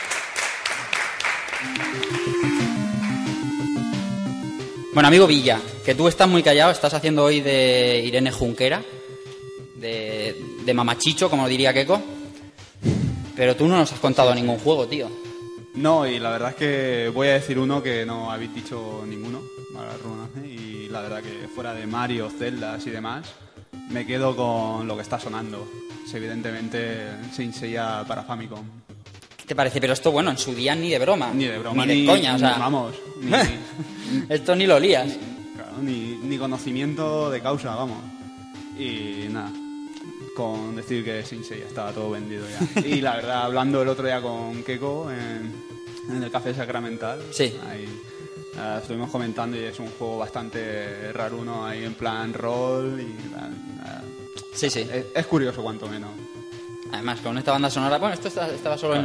Bueno, amigo Villa, que tú estás muy callado, estás haciendo hoy de Irene Junquera, de mamachicho, como diría Keiko. Pero tú no nos has contado ningún juego, tío. No, y la verdad es que voy a decir uno que no habéis dicho ninguno, y la verdad que fuera de Mario, Zelda y demás, me quedo con lo que está sonando. Es evidentemente Saint Seiya para Famicom. ¿Qué te parece? Pero esto, bueno, en su día ni de broma. Ni de broma, ni de coña, o sea... Vamos, esto ni lo lías. Claro, ni conocimiento de causa, vamos. Y nada, con decir que Saint Seiya estaba todo vendido ya. Y la verdad, hablando el otro día con Keiko en el Café Sacramental, sí. Ahí, estuvimos comentando y es un juego bastante raruno ahí en plan rol y sí. Es curioso cuanto menos. Además, con esta banda sonora, bueno, esto estaba solo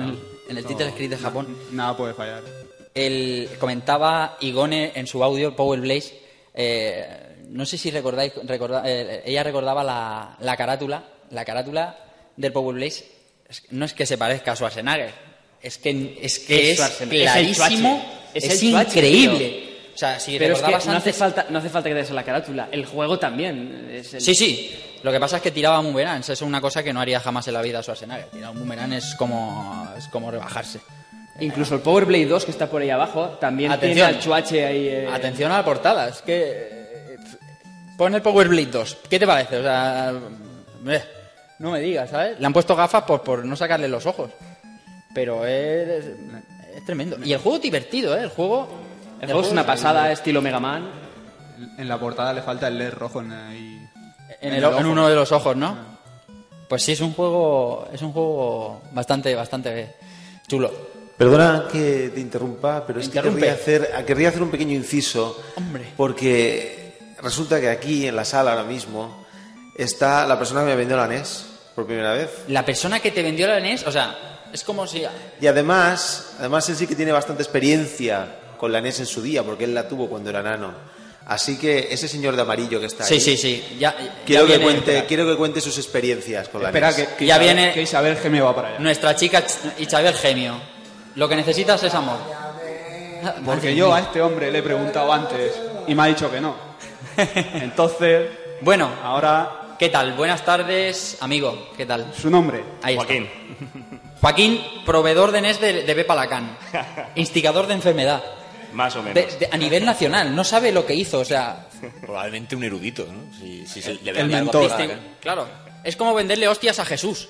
en el Title Script de Japón. Nada puede fallar. Comentaba Igone en su audio, Power Blaze, no sé si recordáis, ella recordaba la carátula del Power Blaze. No es que se parezca a Schwarzenegger, es que es clarísimo, es increíble. O sea, si pero recordabas es que no antes... hace falta que te des la carátula. El juego también. Sí. Lo que pasa es que tiraba boomerangs. Eso es una cosa que no haría jamás en la vida Schwarzenegger. Tirar un boomerang es como rebajarse. Incluso el Power Blade 2 que está por ahí abajo también tiene al chuache ahí. Atención a la portada. Es que... pon el Power Blade 2. ¿Qué te parece? O sea... no me digas, ¿sabes? Le han puesto gafas por no sacarle los ojos. Pero es tremendo. Y el juego es divertido, ¿eh? El juego es una pasada, estilo Mega Man. En la portada le falta el LED rojo en uno de los ojos, ¿no? Pues sí, es un juego bastante chulo. Perdona que te interrumpa, pero es que querría hacer un pequeño inciso. Hombre. Porque resulta que aquí en la sala ahora mismo está la persona que me vendió la NES por primera vez. La persona que te vendió la NES, o sea, es como si... Y además él sí que tiene bastante experiencia con la NES en su día, porque él la tuvo cuando era nano. Así que ese señor de amarillo que está ahí... Sí. Quiero que cuente sus experiencias con la NES. Espera, que ya viene... Que Isabel Gemio va para allá. Nuestra chica Isabel Gemio. Lo que necesitas es amor. Porque yo a este hombre le he preguntado antes y me ha dicho que no. Entonces... Bueno, ahora... ¿Qué tal? Buenas tardes, amigo. ¿Qué tal? ¿Su nombre? Ahí Joaquín. Está. Joaquín, proveedor de NES de Bepa Lacan. Instigador de enfermedad. Más o menos. A nivel nacional. No sabe lo que hizo, o sea... Probablemente un erudito, ¿no? Si se le el mentor. Claro. Es como venderle hostias a Jesús.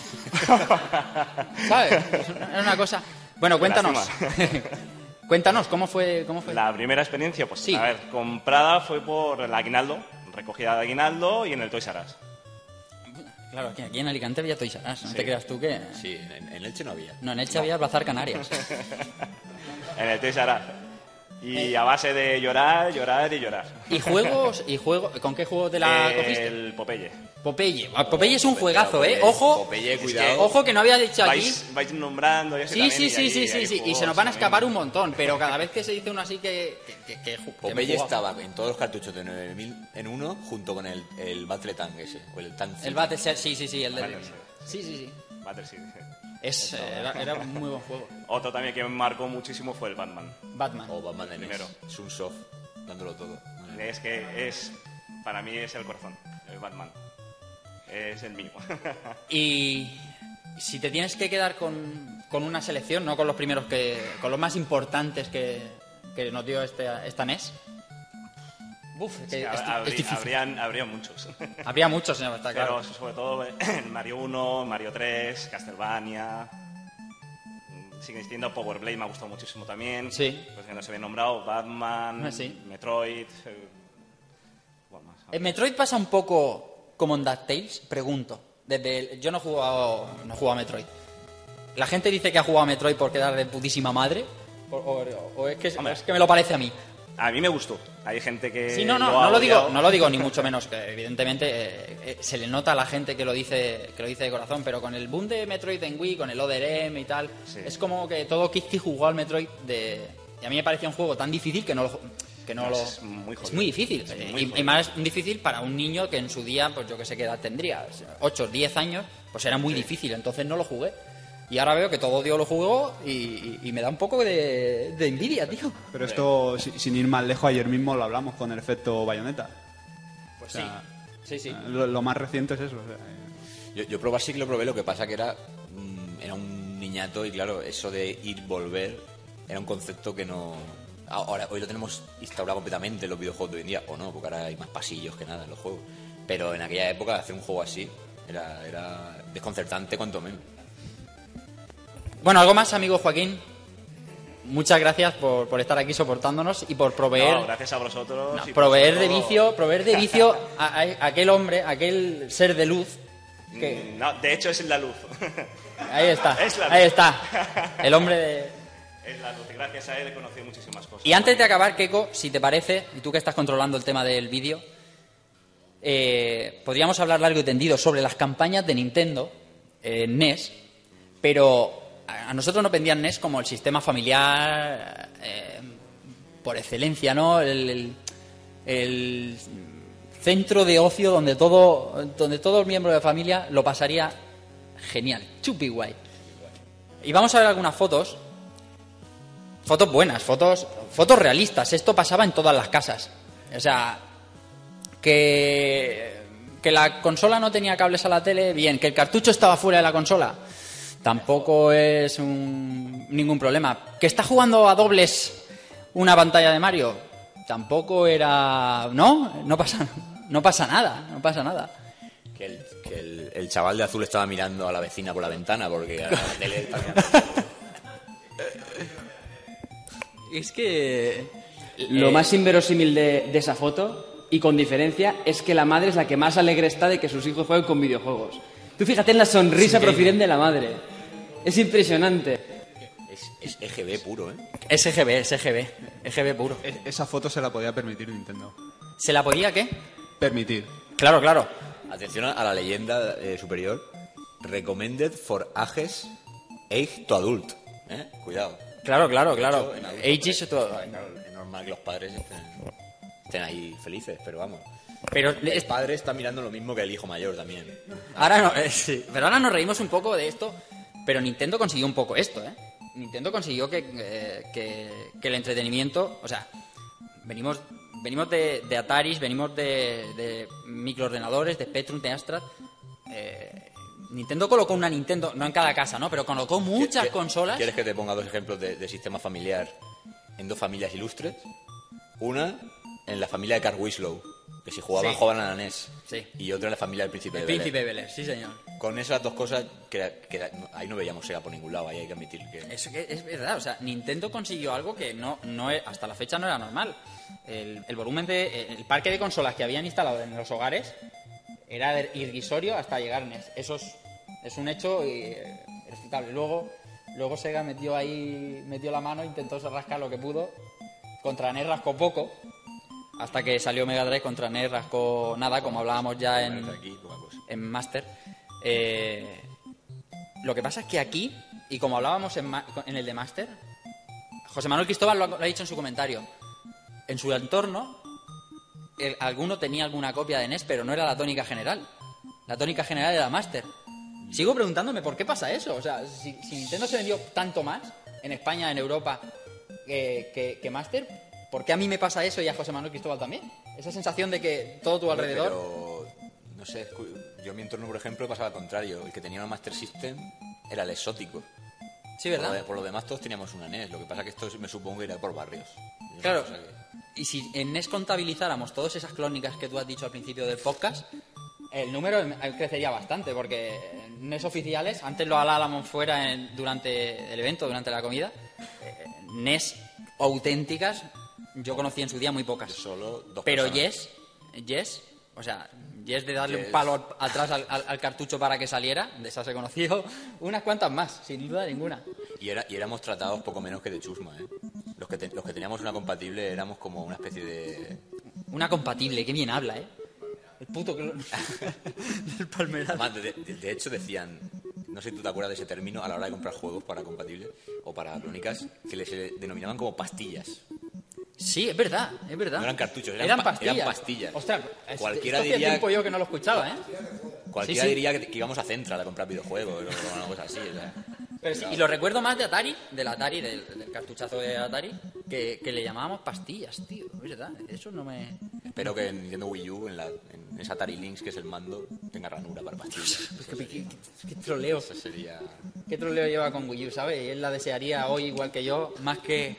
¿Sabes? Es una cosa... Bueno, cuéntanos. Cuéntanos, ¿cómo fue? La primera experiencia, pues sí. A ver, comprada fue por el aguinaldo, recogida de aguinaldo y en el Toys R Us. Claro, aquí en Alicante había Toys R Us, no te creas tú que... Sí, en Elche no había. No, en Elche había Bazar Canarias. En el Toys R Us. Y a base de llorar. ¿Y juegos? ¿Con qué juego te la cogiste? El Popeye. Popeye es un juegazo, ¿eh? Ojo, Popeye, cuidado. Ojo que no había dicho aquí. Vais nombrando y así Sí. Y se nos van a escapar un montón, pero cada vez que se dice uno así que Popeye estaba en todos los cartuchos de 9000 en uno junto con el Battle Tank ese, o el Tank. El Battle, sí, el de... Sí. Battle City. Era un muy buen juego. Otro también que me marcó muchísimo fue el Batman. O Batman de primero. Sunsoft, dándolo todo. Es que para mí es el corazón, el Batman. Es el mío. Y si te tienes que quedar con una selección, no con los primeros con los más importantes que nos dio esta NES. Es difícil. Habría muchos. Habría muchos, está claro. Pero sobre todo Mario 1, Mario 3, Castlevania. Sigue existiendo Power Blade, me ha gustado muchísimo también. Sí. Pues que no se había nombrado Batman, Metroid. ¿En Metroid pasa un poco como en DuckTales? Pregunto. Yo no he jugado a Metroid. ¿La gente dice que ha jugado a Metroid por quedar de putísima madre? ¿O es que me lo parece a mí? A mí me gustó. Hay gente que... Sí, no lo digo ni mucho menos, que evidentemente se le nota a la gente que lo dice de corazón, pero con el boom de Metroid en Wii, con el Other M y tal, es como que todo Kiski jugó al Metroid y a mí me parecía un juego tan difícil que es muy difícil. Y más difícil para un niño que en su día, pues yo que sé qué edad tendría, 8, 10 años, pues era muy difícil, entonces no lo jugué. Y ahora veo que todo Dios lo jugó y me da un poco de envidia, tío. Pero esto, sin ir más lejos, ayer mismo lo hablamos con el efecto Bayonetta. Pues sí. Lo más reciente es eso. O sea, Yo probar sí que lo probé, lo que pasa que era un niñato y claro, eso de ir, volver, era un concepto que no... Hoy lo tenemos instaurado completamente en los videojuegos de hoy en día, o no, porque ahora hay más pasillos que nada en los juegos. Pero en aquella época hacer un juego así era desconcertante cuanto menos. Bueno, ¿algo más, amigo Joaquín? Muchas gracias por estar aquí soportándonos y por proveer... No, gracias a vosotros. Proveer de vicio a aquel hombre, a aquel ser de luz que... No, de hecho es la luz. Ahí está, Es la luz. ahí está. El hombre de... Es la luz y gracias a él he conocido muchísimas cosas. Y antes de acabar, Keiko, si te parece, y tú que estás controlando el tema del vídeo, podríamos hablar largo y tendido sobre las campañas de Nintendo, NES, pero... a nosotros nos vendían NES como el sistema familiar por excelencia, ¿no? El centro de ocio donde todo el miembro de la familia lo pasaría genial, chupi guay. Y vamos a ver algunas fotos buenas, fotos realistas. Esto pasaba en todas las casas. O sea, que la consola no tenía cables a la tele, bien. Que el cartucho estaba fuera de la consola, tampoco es ningún problema. Que está jugando a dobles una pantalla de Mario, tampoco era... No pasa nada. Que el chaval de azul estaba mirando a la vecina por la ventana porque a la tele también... Es que lo más inverosímil de esa foto, y con diferencia, es que la madre es la que más alegre está de que sus hijos jueguen con videojuegos. Tú fíjate en la sonrisa profilén de la madre. Es impresionante. Es EGB puro, ¿eh? Es EGB puro. Esa foto se la podía permitir Nintendo. ¿Se la podía qué? Permitir. Claro. Atención a la leyenda superior. Recommended for ages age to adult. Cuidado. Claro. Ages todo. Es normal que los padres estén ahí felices, pero vamos. Pero el padre está mirando lo mismo que el hijo mayor también. Sí. Pero ahora nos reímos un poco de esto, pero Nintendo consiguió un poco esto, ¿eh? Nintendo consiguió que el entretenimiento... O sea, venimos de Ataris, venimos de microordenadores, de Spectrum, de Amstrad. Nintendo colocó una Nintendo, no en cada casa, ¿no? Pero colocó muchas consolas. ¿Quieres que te ponga dos ejemplos de sistema familiar en dos familias ilustres? Una en la familia de Carl Winslow, que si jugaban a la NES. Sí. Y otra en la familia del Príncipe de Bel-Air. Príncipe de Bel-Air, sí señor. Con esas dos cosas, ahí no veíamos Sega por ningún lado, ahí hay que admitir que... Eso que es verdad, o sea, Nintendo consiguió algo que hasta la fecha no era normal. El volumen el parque de consolas que habían instalado en los hogares era irrisorio hasta llegar a NES. Eso es un hecho irrefutable. Luego Sega metió la mano, intentó rascar lo que pudo. Contra NES rascó poco, hasta que salió Mega Drive. Contra NES rascó nada, como hablábamos ya en Master. Lo que pasa es que aquí, y como hablábamos en el de Master, José Manuel Cristóbal lo ha dicho en su comentario, en su entorno alguno tenía alguna copia de NES, pero no era la tónica general. La tónica general era Master. Sigo preguntándome por qué pasa eso. O sea, si Nintendo se vendió tanto más en España, en Europa, que Master, ¿por qué a mí me pasa eso y a José Manuel Cristóbal también? Esa sensación de que todo tu alrededor... Pero, no sé, yo en mi entorno, por ejemplo, pasaba al contrario. El que tenía una Master System era el exótico. Sí, ¿verdad? Por lo demás todos teníamos una NES. Lo que pasa es que esto me supongo que era por barrios. Claro. Y si en NES contabilizáramos todas esas crónicas que tú has dicho al principio del podcast, el número crecería bastante, porque NES oficiales, antes lo hablábamos fuera durante el evento, durante la comida, NES auténticas, yo conocí en su día muy pocas. Solo dos pero personas. Yes, o sea, Yes de darle un palo atrás al cartucho para que saliera, de esas he conocido unas cuantas más, sin duda ninguna. Y éramos tratados poco menos que de chusma, ¿eh? Los que teníamos una compatible éramos como una especie de... Una compatible, qué bien habla, ¿eh? El puto del Palmeral. De hecho decían, no sé si tú te acuerdas de ese término a la hora de comprar juegos para compatibles o para crónicas, que les denominaban como pastillas. Sí, es verdad. No eran cartuchos, eran pastillas. Eran pastillas. Ostras, cualquiera diría... diría... tiempo yo que no lo escuchaba, ¿eh? Cualquiera diría que íbamos a Central a comprar videojuegos o una cosa así, o sea... Pero sí, y lo recuerdo más de Atari, del cartuchazo de Atari, que le llamábamos pastillas, tío. Es verdad, eso no me... Espero que en Nintendo Wii U, en ese Atari Lynx, que es el mando, tenga ranura para pastillas. ¿Qué troleo? Eso sería... ¿Qué troleo lleva con Wii U, sabes? Y él la desearía hoy igual que yo, más que...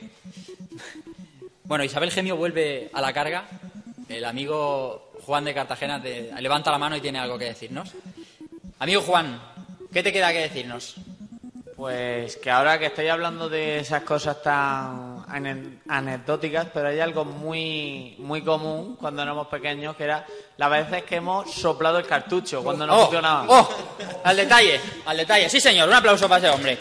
Bueno, Isabel Gemio vuelve a la carga. El amigo Juan de Cartagena levanta la mano y tiene algo que decirnos. Amigo Juan, ¿qué te queda que decirnos? Pues que ahora que estáis hablando de esas cosas tan anecdóticas, pero hay algo muy muy común cuando éramos pequeños, que era las veces que hemos soplado el cartucho cuando no funcionaba. Al detalle, sí señor, un aplauso para ese hombre.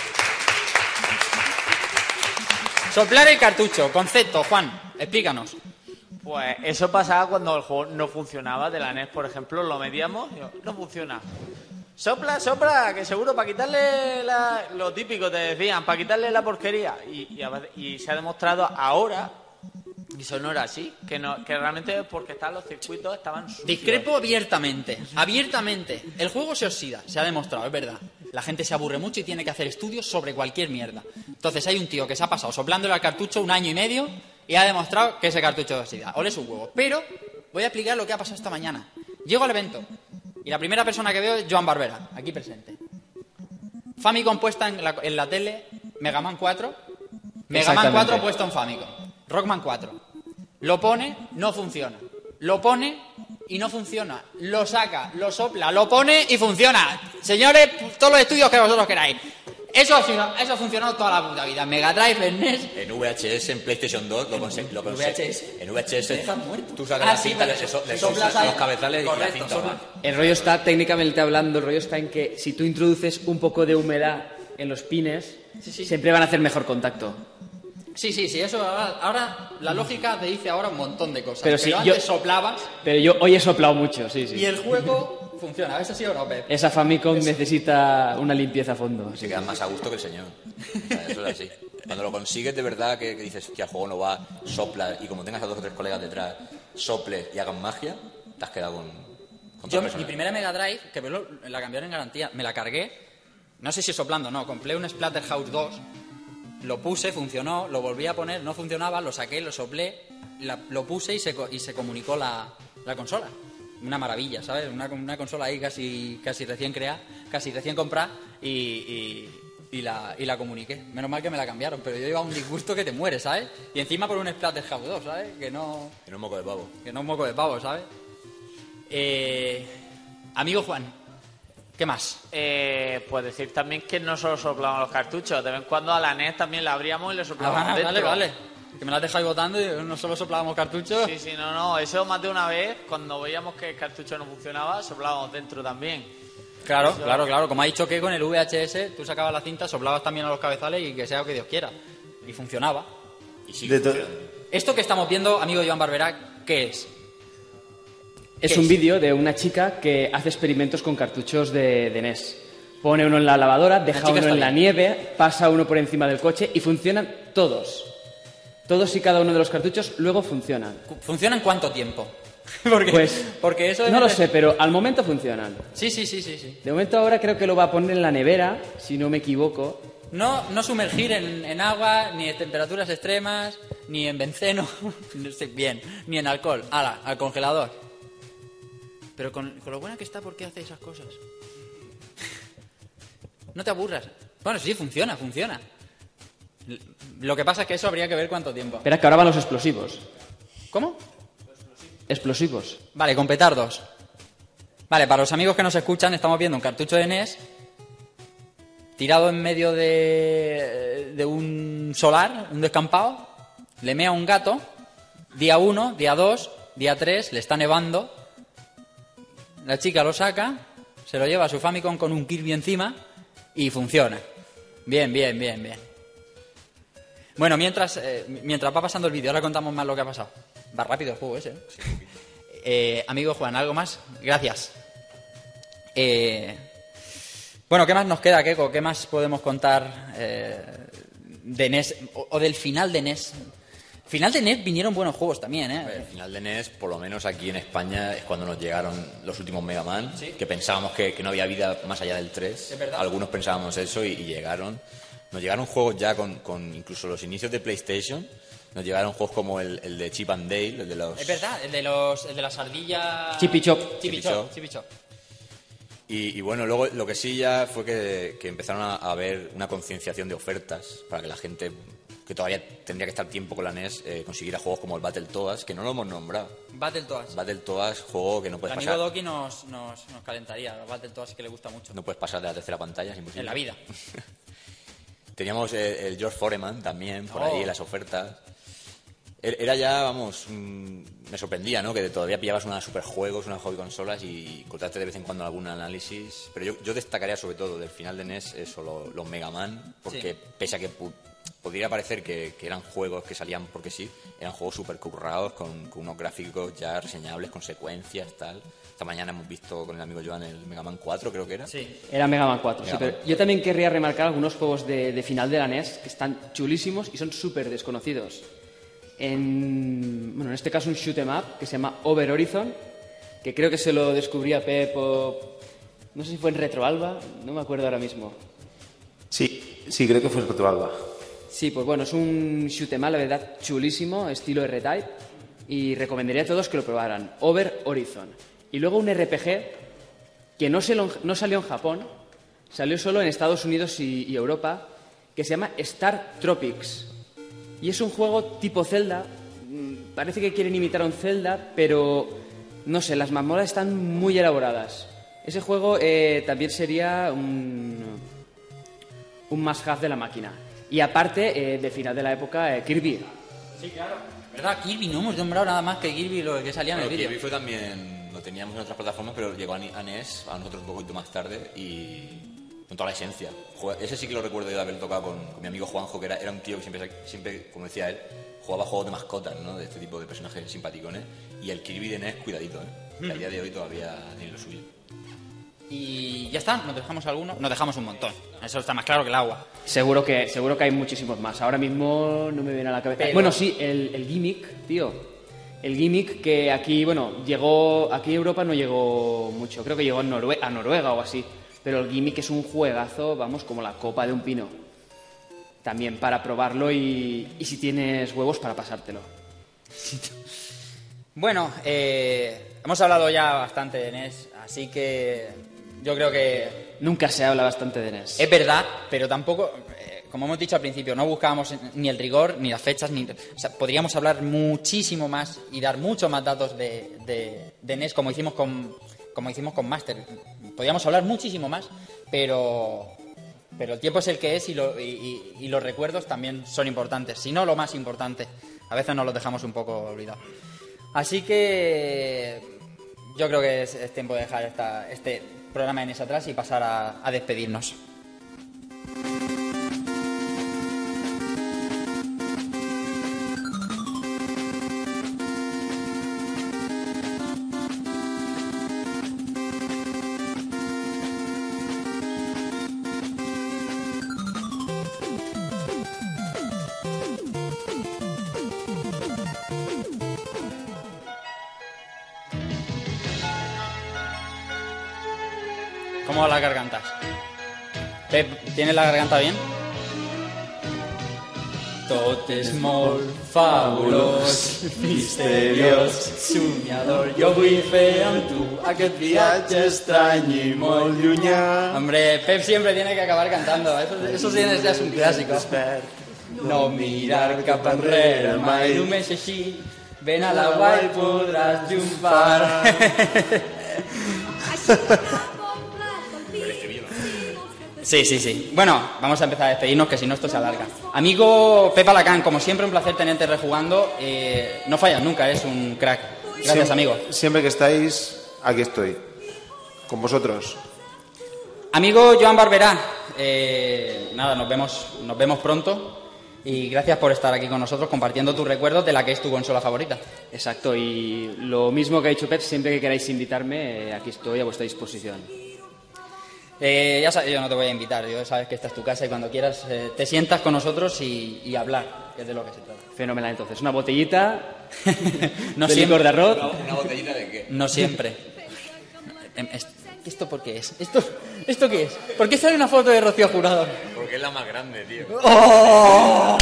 Soplar el cartucho, concepto, Juan, explícanos. Pues eso pasaba cuando el juego no funcionaba de la NES, por ejemplo, lo medíamos y no funciona. Sopla, que seguro para quitarle lo típico, te decían, para quitarle la porquería. Y se ha demostrado ahora, y eso no era así, que realmente porque los circuitos estaban sucios. Discrepo abiertamente. El juego se oxida, se ha demostrado, es verdad. La gente se aburre mucho y tiene que hacer estudios sobre cualquier mierda. Entonces hay un tío que se ha pasado soplándole al cartucho 1 año y medio y ha demostrado que ese cartucho se oxida. Ole su huevo. Pero voy a explicar lo que ha pasado esta mañana. Llego al evento y la primera persona que veo es Joan Barbera, aquí presente. Famicom puesta en la tele, Mega Man 4. Mega Man 4 puesto en Famicom. Rockman 4. Lo pone, no funciona. Lo pone y no funciona. Lo saca, lo sopla, lo pone y funciona. Señores, todos los estudios que vosotros queráis. Eso ha funcionado toda la puta vida. En Mega Drive, en NES... En VHS, en PlayStation 2, lo conseguí. ¿VHS? En VHS, te dejas muerto. Tú sacas la cinta, le soplas los cabezales y la cinta va. El rollo está, técnicamente hablando, en que si tú introduces un poco de humedad en los pines, siempre van a hacer mejor contacto. Sí, eso ahora la lógica te dice ahora un montón de cosas. Pero antes soplabas... Pero yo hoy he soplado mucho, sí. Y el juego funciona, ¿ves así o no, Pep? Esa Famicom necesita una limpieza a fondo. Se queda más a gusto que el señor. Eso es así. Cuando lo consigues de verdad, que dices que el juego no va, sopla, y como tengas a 2 o 3 colegas detrás, sople y hagan magia, te has quedado con Mi primera Mega Drive, que la cambiaron en garantía, me la cargué, no sé si soplando, no, compré un Splatterhouse 2, lo puse, funcionó, lo volví a poner, no funcionaba, lo saqué, lo soplé, lo puse y se comunicó la consola. Una maravilla, ¿sabes? Una consola ahí casi recién creada, casi recién comprada y la comuniqué. Menos mal que me la cambiaron, pero yo iba a un disgusto que te mueres, ¿sabes? Y encima por un Splatterhouse 2, ¿sabes? Que no es moco de pavo. Que no es moco de pavo, ¿sabes? Amigo Juan, ¿qué más? Pues decir también que no solo soplamos los cartuchos, de vez en cuando a la NES también la abríamos y le soplábamos dentro. Vale. Que me la has dejado ahí botando y no solo soplábamos cartuchos. Sí, no, eso más de una vez, cuando veíamos que el cartucho no funcionaba, soplábamos dentro también. Claro. Como ha dicho que con el VHS tú sacabas la cinta, soplabas también a los cabezales y que sea lo que Dios quiera. Y funcionaba. Y sigue funcionando. Esto que estamos viendo, amigo Joan Barbera, ¿qué es? Es un vídeo de una chica que hace experimentos con cartuchos de NES. Pone uno en la lavadora, deja uno en la nieve, pasa uno por encima del coche y funcionan todos. Todos y cada uno de los cartuchos luego funcionan. ¿Funcionan cuánto tiempo? Porque eso no lo sé, pero al momento funcionan. Sí. De momento ahora creo que lo va a poner en la nevera, si no me equivoco. No sumergir en agua, ni en temperaturas extremas, ni en benceno, ni en alcohol. Al congelador. Pero con lo buena que está, ¿por qué hace esas cosas? No te aburras. Bueno, sí, funciona. Lo que pasa es que eso habría que ver cuánto tiempo. Espera, que ahora van los explosivos. ¿Cómo? Explosivos. Vale, con petardos. Vale, para los amigos que nos escuchan, estamos viendo un cartucho de NES tirado en medio de un solar, un descampado. Le mea un gato. Día 1, día 2, día 3, le está nevando. La chica lo saca, se lo lleva a su Famicom con un Kirby encima y funciona. Bien. Bueno, mientras va pasando el vídeo, ahora contamos más lo que ha pasado. Va rápido el juego ese. Amigo Juan, ¿algo más? Gracias. Bueno, ¿qué más nos queda, Keiko? ¿Qué más podemos contar de NES o del final de NES? Final de NES vinieron buenos juegos también, ¿eh? El final de NES, por lo menos aquí en España, es cuando nos llegaron los últimos Mega Man, ¿sí? Que pensábamos que no había vida más allá del 3. Algunos pensábamos eso y llegaron. Nos llegaron juegos ya con incluso los inicios de PlayStation. Nos llegaron juegos como el de Chip and Dale, el de los... Es verdad, el de las ardillas... Chip y Chop. Y bueno, luego lo que sí ya fue que empezaron a haber una concienciación de ofertas para que la gente, que todavía tendría que estar tiempo con la NES, consiguiera juegos como el Battletoads, que no lo hemos nombrado. Battletoads, juego que no puedes pasar... El amigo Doki nos calentaría, Battletoads que le gusta mucho. No puedes pasar de la tercera pantalla, es imposible. En la vida. Teníamos el George Foreman también, por ahí en las ofertas. Era ya, vamos, me sorprendía, ¿no? Que todavía pillabas unas superjuegos, unas hobby consolas y cortaste de vez en cuando algún análisis. Pero yo destacaría sobre todo del final de NES eso, los Mega Man, porque pese a que podría parecer que eran juegos que salían porque sí, eran juegos super currados con unos gráficos ya reseñables, con secuencias, tal. esta mañana hemos visto con el amigo Joan el Mega Man 4, creo que era. Sí, era Mega Man 4. Mega Sí, Man. pero yo también querría remarcar algunos juegos de final de la NES que están chulísimos y son súper desconocidos. En este caso un shoot 'em up que se llama Over Horizon, que creo que se lo descubría Pep o... No sé si fue en Retro Alba, no me acuerdo ahora mismo. Sí, creo que fue el Retro Alba. Sí, pues bueno, es un shoot 'em up, la verdad, chulísimo, estilo R-Type, y recomendaría a todos que lo probaran. Over Horizon. Y luego un RPG que no salió en Japón, salió solo en Estados Unidos y Europa, que se llama Star Tropics. Y es un juego tipo Zelda. Parece que quieren imitar a un Zelda, pero no sé, las mazmorras están muy elaboradas. Ese juego también sería un must-have de la máquina. Y aparte, de final de la época, Kirby. Sí, claro. ¿Verdad? Kirby, no hemos nombrado nada más que Kirby, lo que salía en el vídeo. Kirby fue también, lo teníamos en otras plataformas, pero llegó a NES, a nosotros un poquito más tarde, y con toda la esencia. Ese sí que lo recuerdo yo de haber tocado con mi amigo Juanjo, que era un tío que siempre, como decía él, jugaba juegos de mascotas, ¿no? De este tipo de personajes simpaticones. Y el Kirby de NES, cuidadito, que a día de hoy todavía tiene lo suyo. Y ya está, nos dejamos alguno, nos dejamos un montón. Eso está más claro que el agua. Seguro que hay muchísimos más. Ahora mismo no me viene a la cabeza. Pero... Bueno, sí, el gimmick, tío. El gimmick que aquí, llegó... Aquí a Europa no llegó mucho. Creo que llegó a Noruega o así. Pero el gimmick es un juegazo, vamos, como la copa de un pino. También para probarlo y si tienes huevos, para pasártelo. Bueno, hemos hablado ya bastante de NES, así que... Yo creo que... Nunca se habla bastante de NES. Es verdad, pero tampoco, como hemos dicho al principio, no buscábamos ni el rigor, ni las fechas, o sea, podríamos hablar muchísimo más y dar muchos más datos de NES, como hicimos con Master. Podríamos hablar muchísimo más, pero el tiempo es el que es y los recuerdos también son importantes, si no lo más importante. A veces nos los dejamos un poco olvidados. Así que yo creo que es tiempo de dejar este programa de NES atrás y pasar a despedirnos. ¿Cómo van las gargantas? Pep, ¿tienes la garganta bien? Tot és molt fabulós, misteriós, somiador. Jo vull fer amb tu aquest viatge estrany i molt llunyà. Hombre, Pep siempre tiene que acabar cantando. Eso ya es un clásico. No mirar cap enrere mai, només així. Ven a la guai podràs triomfar. Sí. Bueno, vamos a empezar a despedirnos, que si no esto se alarga. Amigo Pep Alacán, como siempre un placer tenerte rejugando. No fallas nunca, eres un crack. Gracias, siempre, amigo. Siempre que estáis, aquí estoy. Con vosotros. Amigo Joan Barberá, nada, nos vemos pronto. Y gracias por estar aquí con nosotros compartiendo tus recuerdos de la que es tu consola favorita. Exacto, y lo mismo que ha dicho Pep, siempre que queráis invitarme, aquí estoy a vuestra disposición. Ya sabes, yo no te voy a invitar, yo sabes que esta es tu casa y cuando quieras te sientas con nosotros y hablar, que es de lo que se trata. Fenomenal, entonces. Una botellita no de siempre, licor de arroz. ¿Una botellita de qué? No siempre. ¿Esto por qué es? ¿Esto qué es? ¿Por qué sale una foto de Rocío Jurado? Porque es la más grande, tío. ¡Oh!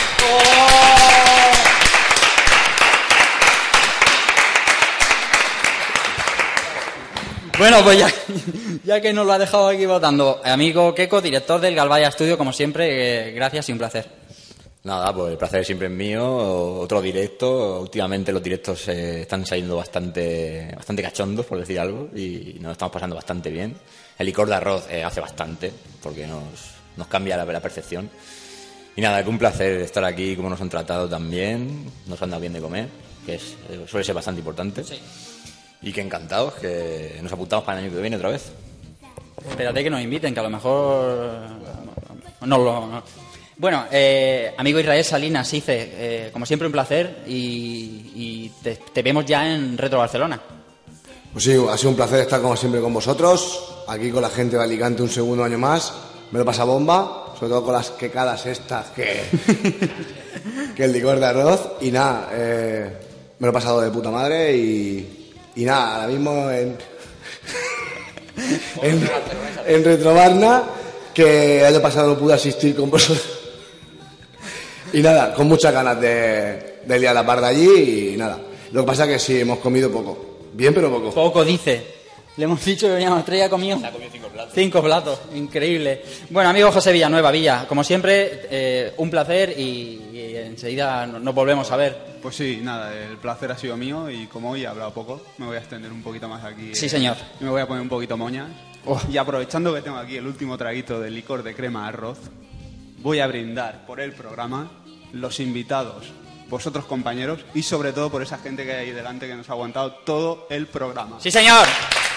Bueno, pues ya que nos lo ha dejado aquí votando, amigo Keko, director del Galvaya Studio, como siempre, gracias y un placer. Nada, pues el placer siempre es mío. Otro directo. Últimamente los directos están saliendo bastante cachondos, por decir algo, y nos estamos pasando bastante bien. El licor de arroz hace bastante, porque nos cambia la percepción. Y nada, que un placer estar aquí, como nos han tratado también. Nos han dado bien de comer, que suele ser bastante importante. Sí. Y que encantados, que nos apuntamos para el año que viene otra vez. Espérate que nos inviten, que a lo mejor Bueno, amigo Israel Salinas, Ice, como siempre un placer y te vemos ya en Retro Barcelona. Pues sí, ha sido un placer estar como siempre con vosotros, aquí con la gente de Alicante un segundo año más. Me lo pasa bomba, sobre todo con las quecadas estas que el licor de arroz. Y nada, me lo he pasado de puta madre y nada, ahora mismo en Retrobarna, que el año pasado no pude asistir con vosotros. Y nada, con muchas ganas de liar la parda allí y nada. Lo que pasa es que sí, hemos comido poco. Bien, pero poco. Poco, dice. Le hemos dicho que veníamos 3 y ha comido 5 platos. Increíble. Bueno, amigo José Villanueva, como siempre, un placer y enseguida nos volvemos a ver. Pues sí, nada, el placer ha sido mío y como hoy he hablado poco, me voy a extender un poquito más aquí. Sí, señor. Y me voy a poner un poquito moñas. Y aprovechando que tengo aquí el último traguito de licor de crema arroz, voy a brindar por el programa, los invitados, vosotros compañeros y sobre todo por esa gente que hay ahí delante que nos ha aguantado todo el programa. ¡Sí, señor!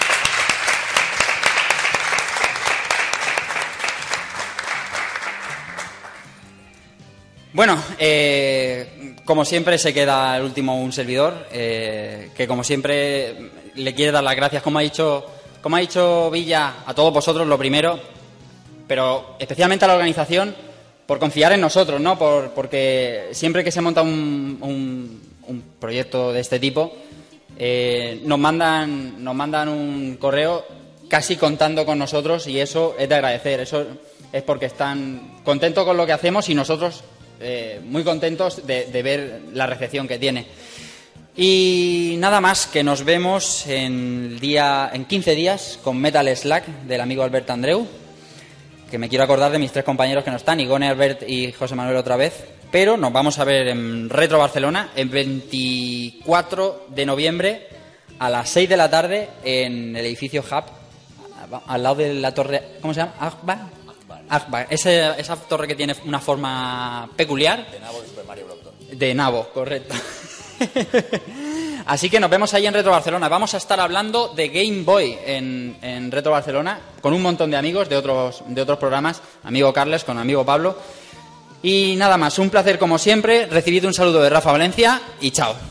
Bueno, como siempre se queda el último un servidor, que como siempre le quiere dar las gracias, como ha dicho Villa, a todos vosotros lo primero, pero especialmente a la organización por confiar en nosotros, ¿no? Porque siempre que se monta un proyecto de este tipo, nos mandan un correo casi contando con nosotros y eso es de agradecer. Eso es porque están contentos con lo que hacemos y nosotros muy contentos de ver la recepción que tiene. Y nada más, que nos vemos en 15 días con Metal Slack del amigo Albert Andreu, que me quiero acordar de mis 3 compañeros que no están, Igone, Albert y José Manuel otra vez, pero nos vamos a ver en Retro Barcelona el 24 de noviembre a las 6 de la tarde en el edificio Hub, al lado de la torre, ¿cómo se llama? Akbar. Esa torre que tiene una forma peculiar. De Nabo de Super Mario Bros. De Nabo, correcto. Así que nos vemos ahí en Retro Barcelona. Vamos a estar hablando de Game Boy en Retro Barcelona con un montón de amigos de otros programas, amigo Carles con amigo Pablo. Y nada más, un placer como siempre. Recibid un saludo de Rafa Valencia y chao.